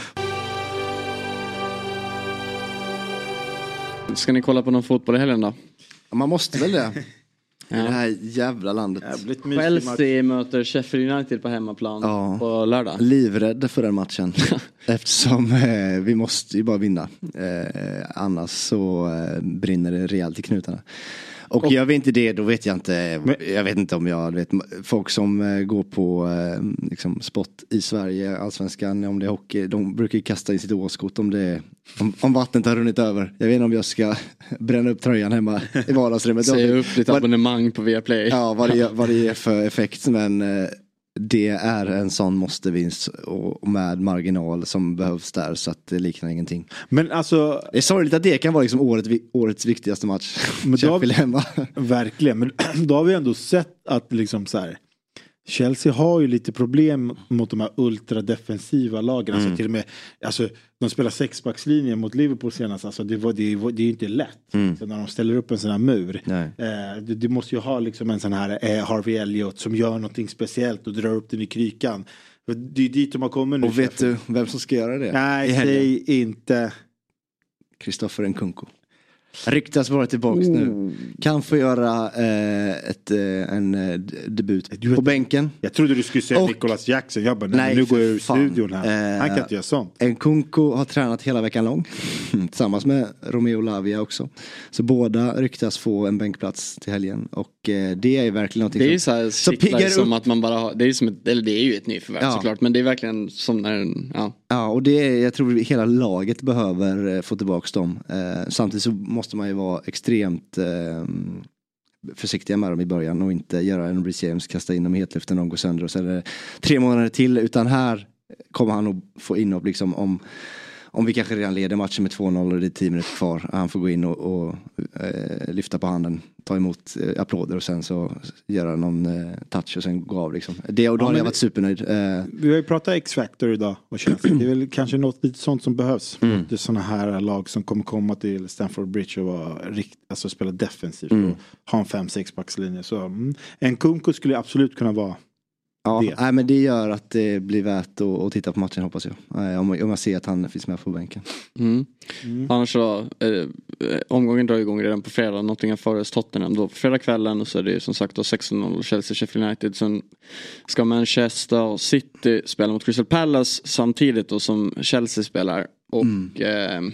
Speaker 4: Ska ni kolla på någon fotboll i helgen då?
Speaker 6: Man måste väl det.
Speaker 4: Ja.
Speaker 6: Det här jävla landet.
Speaker 4: Chelsea möter Sheffield United på hemmaplan
Speaker 6: ja.
Speaker 4: på lördag.
Speaker 6: Livrädd för den matchen. Eftersom eh, vi måste ju bara vinna. Eh, annars så eh, brinner det rejält i knutarna. Och, och gör vi inte det, då vet jag inte. Men, jag vet inte om jag vet. Folk som eh, går på eh, liksom sport i Sverige, allsvenskan, om det är hockey. De brukar ju kasta in sitt årskort om det om, om vattnet har runnit över. Jag vet inte om jag ska bränna upp tröjan hemma i vardagsrummet.
Speaker 4: Säga upp ditt vad, abonnemang på Viaplay.
Speaker 6: Ja, vad det, vad det är för effekt. Men eh, det är en sån måste-vinst och med marginal som behövs där, så att det liknar ingenting.
Speaker 5: Men alltså,
Speaker 6: det är sorgligt att det kan vara liksom året, årets viktigaste match.
Speaker 5: Men då har, verkligen, men då har vi ändå sett att liksom så här, Chelsea har ju lite problem mot de här ultradefensiva lagen. Mm. Alltså till och med, alltså, de spelar sexbackslinjen mot Liverpool senast. Alltså det, var, det, det är ju inte lätt. Mm. Så när de ställer upp en sån här mur. Eh, du, du måste ju ha liksom en sån här eh, Harvey Elliott som gör någonting speciellt och drar upp den i krykan. Det är dit de har kommit nu.
Speaker 6: Och vet du vem som ska göra det?
Speaker 5: Nej, säg inte.
Speaker 6: Kristoffer Nkunku. Ryktas vara tillbaka oh. nu. Kan få göra eh, ett, eh, en eh, debut vet, på bänken.
Speaker 5: Jag trodde du skulle säga och, Nicholas Jackson. Jag bara, nej, nej, nu går jag ur studion här. Eh, Han kan inte göra sånt.
Speaker 6: Nkunku har tränat hela veckan lång. Tillsammans med Romeo Lavia också. Så båda ryktas få en bänkplats till helgen. Och eh, det är verkligen någonting
Speaker 4: det är
Speaker 6: som,
Speaker 4: så här,
Speaker 6: som piggar
Speaker 4: som
Speaker 6: upp.
Speaker 4: att man bara har, det är som ett, eller det är ju ett nyförvärv ja. såklart. Men det är verkligen som när ja.
Speaker 6: Ja, och det är, jag tror hela laget behöver eh, få tillbaka dem. Eh, samtidigt så måste man ju vara extremt eh, försiktiga med dem i början och inte göra en Reece James, kasta in dem i hetluften när de går sönder och så är det tre månader till, utan här kommer han att få in upp liksom om om vi kanske redan leder matchen med två noll och det är tio minuter kvar. Han får gå in och, och eh, lyfta på handen, ta emot eh, applåder och sen så göra någon eh, touch och sen gå av liksom. Det, och då ja, har jag varit supernöjd. Eh.
Speaker 5: Vi har ju pratat X-Factor idag och känns det är väl kanske något lite sånt som behövs. Mm. Det är sådana här lag som kommer komma till Stamford Bridge och vara rikt, alltså spela defensivt mm. och ha en fem sex backslinje. Så mm, en Nkunku skulle absolut kunna vara
Speaker 6: Ja, nej, men det gör att det blir värt att, att titta på matchen, hoppas jag. Om, om jag ser att han finns med på bänken.
Speaker 4: Mm. Mm. Annars så, eh, omgången drar igång redan på fredag. Nottingham Forest Tottenham då på fredagskvällen. Och så är det som sagt då sexton noll Chelsea Sheffield United. Sen ska Manchester City spela mot Crystal Palace samtidigt då som Chelsea spelar. Och mm. eh,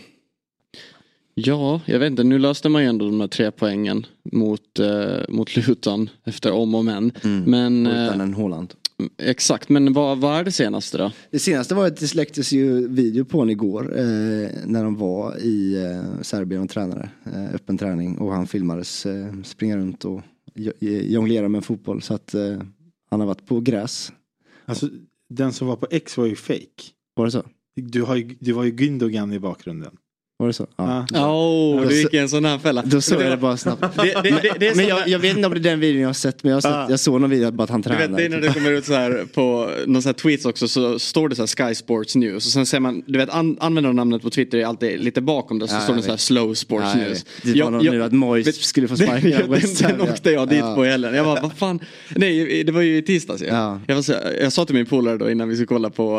Speaker 4: ja, jag vet inte. Nu löste man ju ändå de här tre poängen mot, eh, mot Luton efter om och men.
Speaker 6: Mm.
Speaker 4: Men
Speaker 6: utan en Håland.
Speaker 4: Exakt, men vad, vad är det senaste då?
Speaker 6: Det senaste var att det släcktes ju video på en igår eh, när de var i eh, Serbien och tränare. Eh, öppen träning och han filmades eh, springa runt och jonglera med fotboll. Så att eh, han har varit på gräs.
Speaker 5: Alltså den som var på X var ju fake.
Speaker 6: Var det så?
Speaker 5: Du, har ju, du var ju Gündogan i bakgrunden.
Speaker 6: Var det så?
Speaker 4: Ja, oh, du gick i en sån här fälla.
Speaker 6: Då såg jag det bara snabbt.
Speaker 4: det, det, det, det är
Speaker 6: men jag, jag vet inte om det är den videon jag har sett. Men jag, har sett,
Speaker 4: ah.
Speaker 6: jag såg någon video bara att han tränar.
Speaker 4: Du vet, det är när det kommer ut så här på någon så här tweets också, så står det så här Sky Sports News. Och sen ser man, du vet, an, användarnamnet på Twitter är alltid lite bakom det. Så ja, står det så här Slow Sports ja, News.
Speaker 6: Det var någon nu att Moise skulle få sparka.
Speaker 4: Den, den, den åkte jag dit ja. på heller. Jag bara, vad fan. Nej, det var ju i tisdags. Ja. Ja. Jag, var så, jag sa till min polare då innan vi skulle kolla på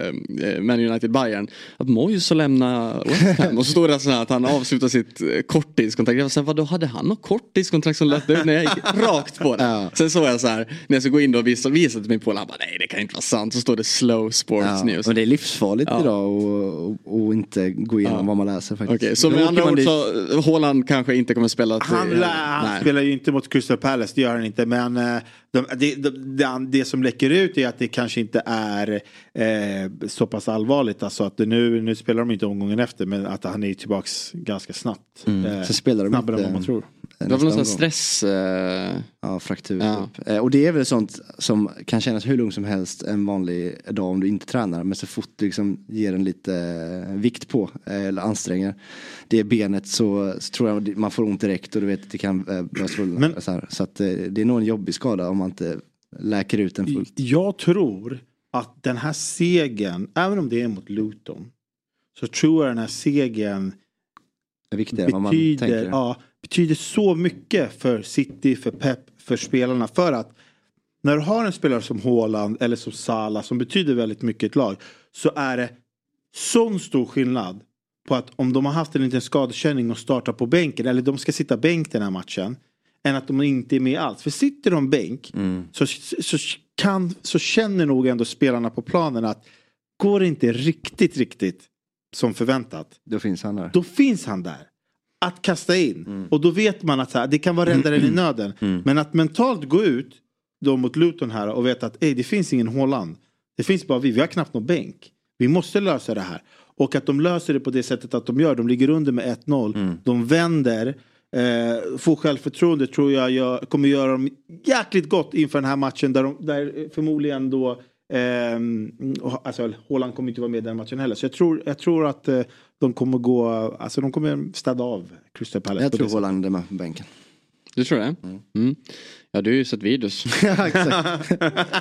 Speaker 4: uh, Man United Bayern att Moise lämna West Ham. Och så står det så här att han avslutar sitt korttidskontrakt. Jag var så här, vad då hade han något korttidskontrakt som löpte ut när jag gick rakt på det. Ja. Sen såg jag så här, när jag ska gå in och visa, visa till min polare, han bara, nej det kan inte vara sant. Så står det Slow Sports ja. News.
Speaker 6: Men det är livsfarligt ja. idag och, och, och inte gå igenom ja. vad man läser faktiskt.
Speaker 4: Okay, så med andra ord så Haaland kanske inte kommer spela till,
Speaker 5: han, lä- han spelar ju inte mot Crystal Palace, det gör han inte, men de, det, de, det, det som läcker ut är att det kanske inte är eh, så pass allvarligt, alltså att det nu, nu spelar de inte omgången efter, men att han är tillbaks ganska snabbt.
Speaker 6: Mm. Eh, så spelar de
Speaker 5: snabbare
Speaker 6: inte,
Speaker 5: än vad man tror.
Speaker 4: Det var väl någon sån stress eh...
Speaker 6: ja, fraktur
Speaker 4: ja.
Speaker 6: eh, och det är väl sånt som kan kännas hur lugnt som helst en vanlig dag om du inte tränar, men så fort du liksom ger en lite eh, vikt på eh, eller anstränger det benet så, så tror jag man får ont direkt och du vet att det kan eh, börja svullna. Men, så, här, så att eh, det är nog en jobbig skada om man inte läker ut den fullt.
Speaker 5: Jag tror att den här segern, även om det är mot Luton, så tror jag den här segern
Speaker 6: är viktigare vad man tänker.
Speaker 5: Ja, betyder så mycket för City, för Pep, för spelarna. För att när du har en spelare som Haaland eller som Salah som betyder väldigt mycket i ett lag, så är det sån stor skillnad på att om de har haft en liten skadekänning och startar på bänken, eller de ska sitta bänk den här matchen, än att de inte är med alls. För sitter de bänk mm. så, så, kan, så känner nog ändå spelarna på planen att går det inte riktigt, riktigt som förväntat,
Speaker 6: då finns han där.
Speaker 5: Då finns han där. Att kasta in. Mm. Och då vet man att så här, det kan vara räddaren i nöden. Mm. Men att mentalt gå ut då mot Luton här och veta att ej, det finns ingen Haaland. Det finns bara vi. Vi har knappt någon bänk. Vi måste lösa det här. Och att de löser det på det sättet att de gör. De ligger under med ett noll. Mm. De vänder. Eh, får självförtroende tror jag, jag kommer göra dem jäkligt gott inför den här matchen. Där, de, där förmodligen då eh, alltså Haaland kommer inte vara med i den matchen heller. Så jag tror, jag tror att eh, de kommer gå, alltså de kommer städa av Crystal Palace.
Speaker 6: Jag tror Haaland är med på bänken.
Speaker 4: Du tror det? Mm. Mm. Ja, du har ju sett videos.
Speaker 6: Ja, exakt.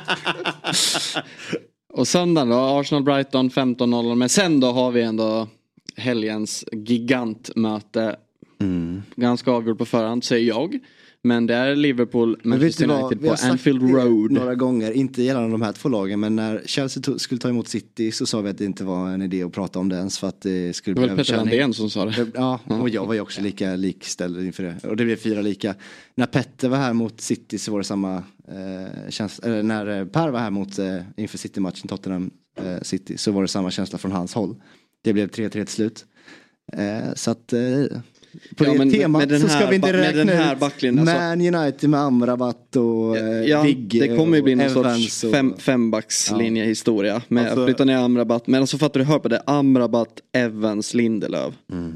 Speaker 4: Och söndagen då, Arsenal-Brighton femton noll. Men sen då har vi ändå helgens gigantmöte. Mm. Ganska avgjort på förhand, säger jag. Men det är Liverpool, Manchester United på Anfield Road.
Speaker 6: Några gånger, inte gällande de här två lagen, men när Chelsea to- skulle ta emot City så sa vi att det inte var en idé att prata om det ens, för att det skulle bli
Speaker 4: överkörning. Det var Petter Landén som sa det.
Speaker 6: Ja, och jag var ju också lika likställd inför det. Och det blev fyra lika. När Petter var här mot City så var det samma eh, känsla. Eller när Per var här mot eh, inför City-matchen Tottenham eh, City så var det samma känsla från hans håll. Det blev tre tre till slut. Eh, så att... Eh, på ja, det temat så ska vi inte räkna ut backlinjen, alltså. Man United med Amrabat och
Speaker 4: ja,
Speaker 6: Vigg.
Speaker 4: Det kommer ju bli någon sorts och... fem, fembackslinje ja. historia med alltså... att flytta ner Amrabat. Men alltså fattar du, hör på det, Amrabat, Evans, Lindelöf. Mm.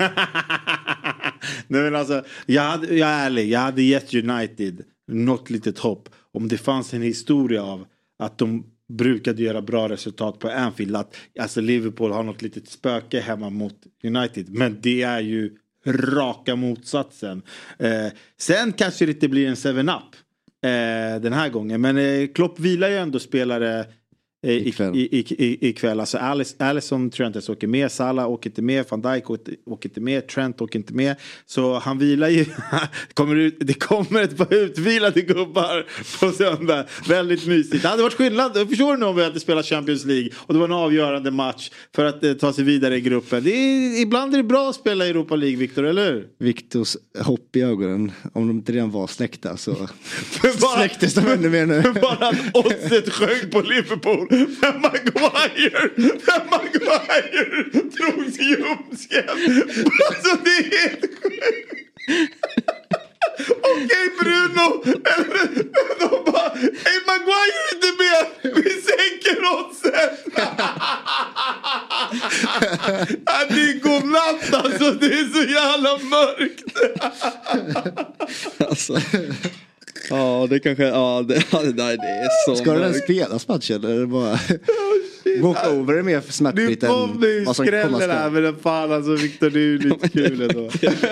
Speaker 5: Nej, men alltså, jag, hade, jag är ärlig, jag hade gett United något litet hopp om det fanns en historia av att de brukade göra bra resultat på Anfield. Att, alltså Liverpool har något litet spöke hemma mot United. Men det är ju raka motsatsen. Eh, sen kanske det inte blir en seven up eh, den här gången. Men eh, Klopp vilar ju ändå spelare eh, ikväll. I, i, i, ikväll. Alltså Alisson tror jag inte ens åker med. Salah åker inte med. Van Dijk åker, åker inte med. Trent åker inte med. Så han vilar ju. kommer ut, det kommer ett par utvilade gubbar på söndag. Väldigt mysigt. Det hade varit skillnad. Jag förstår nu om vi hade spelat Champions League. Och det var en avgörande match för att eh, ta sig vidare i gruppen. Det är, ibland är det bra att spela i Europa League, Victor, eller hur?
Speaker 6: Viktors hopp i ögonen. Om de inte redan var släkta så släktes de ännu mer nu.
Speaker 5: Bara att oddset sjönk på Liverpool. När Maguire När Maguire drogs ljumsken. Alltså det är helt sjukt. Okej Bruno. De bara, hej Maguire är inte med. Vi sänker oddset. Ja, det är godnatt alltså. Det är så jävla mörkt.
Speaker 4: Alltså. Ja, det kanske, ja, det, det, det är så
Speaker 6: ska
Speaker 4: mörkt.
Speaker 6: Den spelas matchen eller bara... Walkover är mer smärtfritt än
Speaker 5: vad som komma skall. Nu kommer ju där, men fan alltså Victor, det är ju lite kul ändå.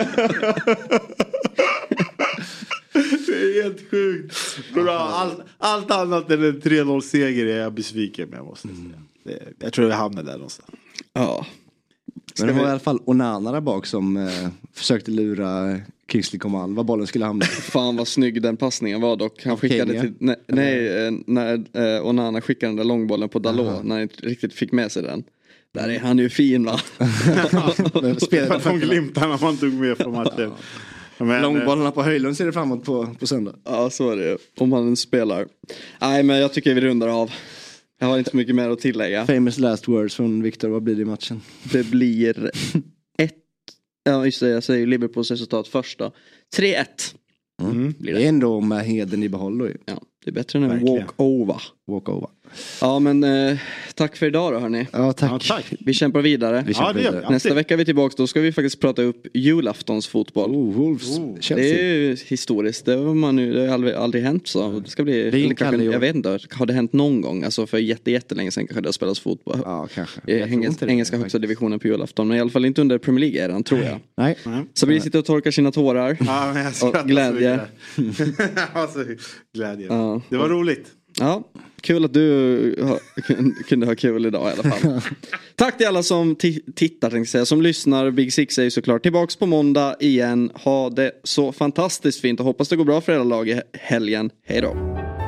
Speaker 5: Det är helt sjukt. Allt, allt annat än en tre noll seger är jag besviken med, måste jag säga. Det, jag tror jag hamnar där någonstans.
Speaker 4: Ja.
Speaker 6: Men det var vi... i alla fall Onana där bak som eh, försökte lura Kingsley Coman vad bollen skulle hamna.
Speaker 4: Fan vad snygg den passningen var dock. Han skickade Kenya. till, nej, nej när eh, Onana skickade den där långbollen på Dalot. Uh-huh. När han inte riktigt fick med sig den. Där är han ju fin, va?
Speaker 5: Spelet från glimtarna man tog med från matchen.
Speaker 6: Men, långbollarna på Höjlund ser det framåt på, på söndag.
Speaker 4: Ja, så är det. Om han spelar. Nej, men jag tycker vi rundar av. Jag har inte så mycket mer att tillägga.
Speaker 6: Famous last words från Victor. Vad blir det i matchen?
Speaker 4: Det blir ett... Ja, just det. Jag säger Liverpools resultat först då. tre ett.
Speaker 6: Mm. Det. det är ändå med heden i behåll då.
Speaker 4: Ja, det är bättre än en walk-over.
Speaker 6: Walk-over.
Speaker 4: Ja, men eh, tack för idag då, hörni.
Speaker 6: Ja, tack.
Speaker 5: Ja, tack.
Speaker 4: Vi kämpar vidare.
Speaker 6: Vi kämpar
Speaker 5: ja,
Speaker 6: vidare.
Speaker 4: Nästa vecka är vi tillbaka. Då ska vi faktiskt prata upp julaftons fotboll.
Speaker 6: Oh, Wolves. Oh.
Speaker 4: Det är ju historiskt. Det har, man nu, det har aldrig, aldrig hänt så. Det ska bli...
Speaker 6: Det
Speaker 4: kanske, jag vet inte. Har det hänt någon gång? Alltså för jätte, jättelänge sedan kanske det har spelats fotboll.
Speaker 6: Ja, kanske.
Speaker 4: I engelska, engelska högsta divisionen på julafton. Men i alla fall inte under Premier League eran, tror jag.
Speaker 6: Nej.
Speaker 4: Så vi sitter och torkar sina tårar.
Speaker 5: Ja, men jag
Speaker 4: och glädje.
Speaker 5: Alltså, glädje.
Speaker 4: Ja.
Speaker 5: Det var roligt.
Speaker 4: Ja, kul att du ha, kunde ha kul idag i alla fall. Tack till alla som t- tittar, tänkte jag säga, som lyssnar. Big Six är ju såklart tillbaks på måndag igen. Ha det så fantastiskt fint och hoppas det går bra för era lag i helgen. Hej då!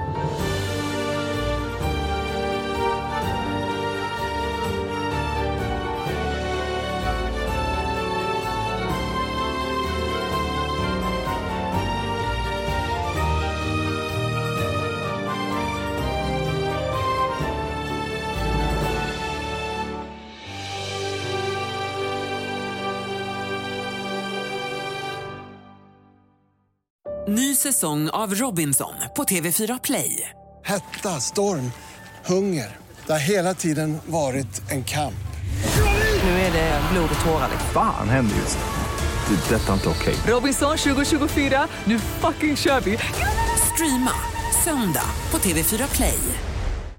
Speaker 1: Ny säsong av Robinson på T V fyra Play.
Speaker 2: Hetta, storm, hunger. Det har hela tiden varit en kamp.
Speaker 1: Nu är det blod och tårar.
Speaker 3: Fan händer just det. Det är detta inte okej.
Speaker 1: Robinson tjugo tjugofyra, nu fucking kör vi. Streama söndag på T V fyra Play.